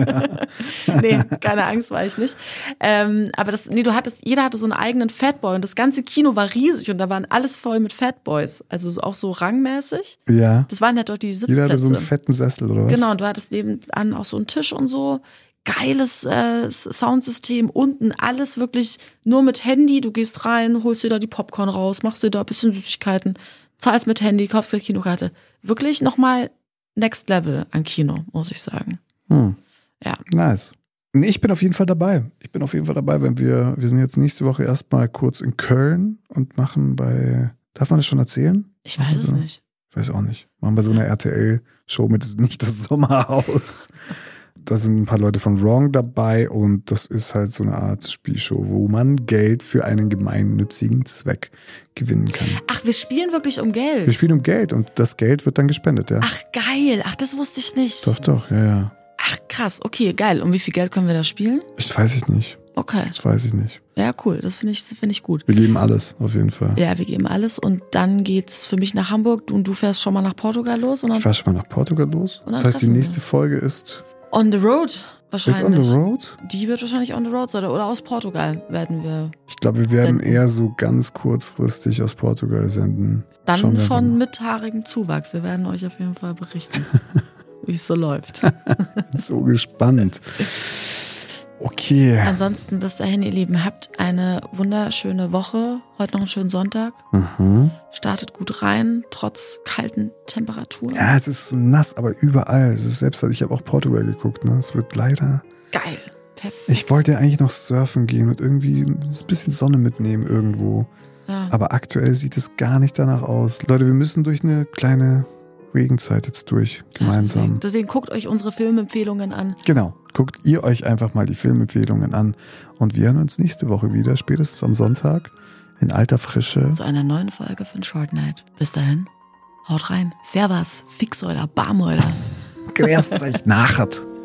ja. Nee, keine Angst, war ich nicht. Ähm, aber das, nee, du hattest, jeder hatte so einen eigenen Fatboy und das ganze Kino war riesig und da waren alles voll mit Fatboys. Also auch so rangmäßig. Ja. Das waren halt doch die Sitzplätze. Jeder hatte so einen fetten Sessel, oder was? Genau, und du hattest nebenan auch so einen Tisch und so. Geiles äh, Soundsystem, unten alles wirklich nur mit Handy. Du gehst rein, holst dir da die Popcorn raus, machst dir da ein bisschen Süßigkeiten, zahlst mit Handy, kaufst dir Kinokarte. Wirklich nochmal Next Level an Kino, muss ich sagen. Hm. Ja. Nice. Ich bin auf jeden Fall dabei. Ich bin auf jeden Fall dabei, wenn wir, wir sind jetzt nächste Woche erstmal kurz in Köln und machen bei, darf man das schon erzählen? Ich weiß also, es nicht. Ich weiß auch nicht. Machen bei so einer R T L-Show mit Nicht das Sommerhaus. Da sind ein paar Leute von Wrong dabei und das ist halt so eine Art Spielshow, wo man Geld für einen gemeinnützigen Zweck gewinnen kann. Ach, wir spielen wirklich um Geld? Wir spielen um Geld und das Geld wird dann gespendet, ja. Ach, geil. Ach, das wusste ich nicht. Doch, doch, ja, ja. Ach, krass. Okay, geil. Um wie viel Geld können wir da spielen? Das weiß ich nicht. Okay. Das weiß ich nicht. Ja, cool. Das finde ich, finde ich gut. Wir geben alles, auf jeden Fall. Ja, wir geben alles und dann geht's für mich nach Hamburg und du fährst schon mal nach Portugal los? Und dann ich fahr schon mal nach Portugal los. Das heißt, die nächste Folge ist... On the road wahrscheinlich. Ist on the road? Die wird wahrscheinlich on the road sein. Oder aus Portugal werden wir. Ich glaube, wir werden senden. eher so ganz kurzfristig aus Portugal senden. Dann Schauen schon mit haarigem Zuwachs. Wir werden euch auf jeden Fall berichten, wie es so läuft. So gespannt. Okay. Ansonsten bis dahin, ihr Lieben, habt eine wunderschöne Woche. Heute noch einen schönen Sonntag. Mhm. Startet gut rein, trotz kalten Temperaturen. Ja, es ist nass, aber überall. Es ist selbst, ich habe auch Portugal geguckt, ne? Es wird leider... Geil. Perfekt. Ich wollte ja eigentlich noch surfen gehen und irgendwie ein bisschen Sonne mitnehmen irgendwo. Ja. Aber aktuell sieht es gar nicht danach aus. Leute, wir müssen durch eine kleine Regenzeit jetzt durch, gemeinsam. Ja, deswegen, deswegen guckt euch unsere Filmempfehlungen an. Genau, guckt ihr euch einfach mal die Filmempfehlungen an und wir hören uns nächste Woche wieder, spätestens am Sonntag, in alter Frische. Zu einer neuen Folge von Short Night. Bis dahin, haut rein. Servus, Fix euer Barm, euer. Grüßt euch nachher.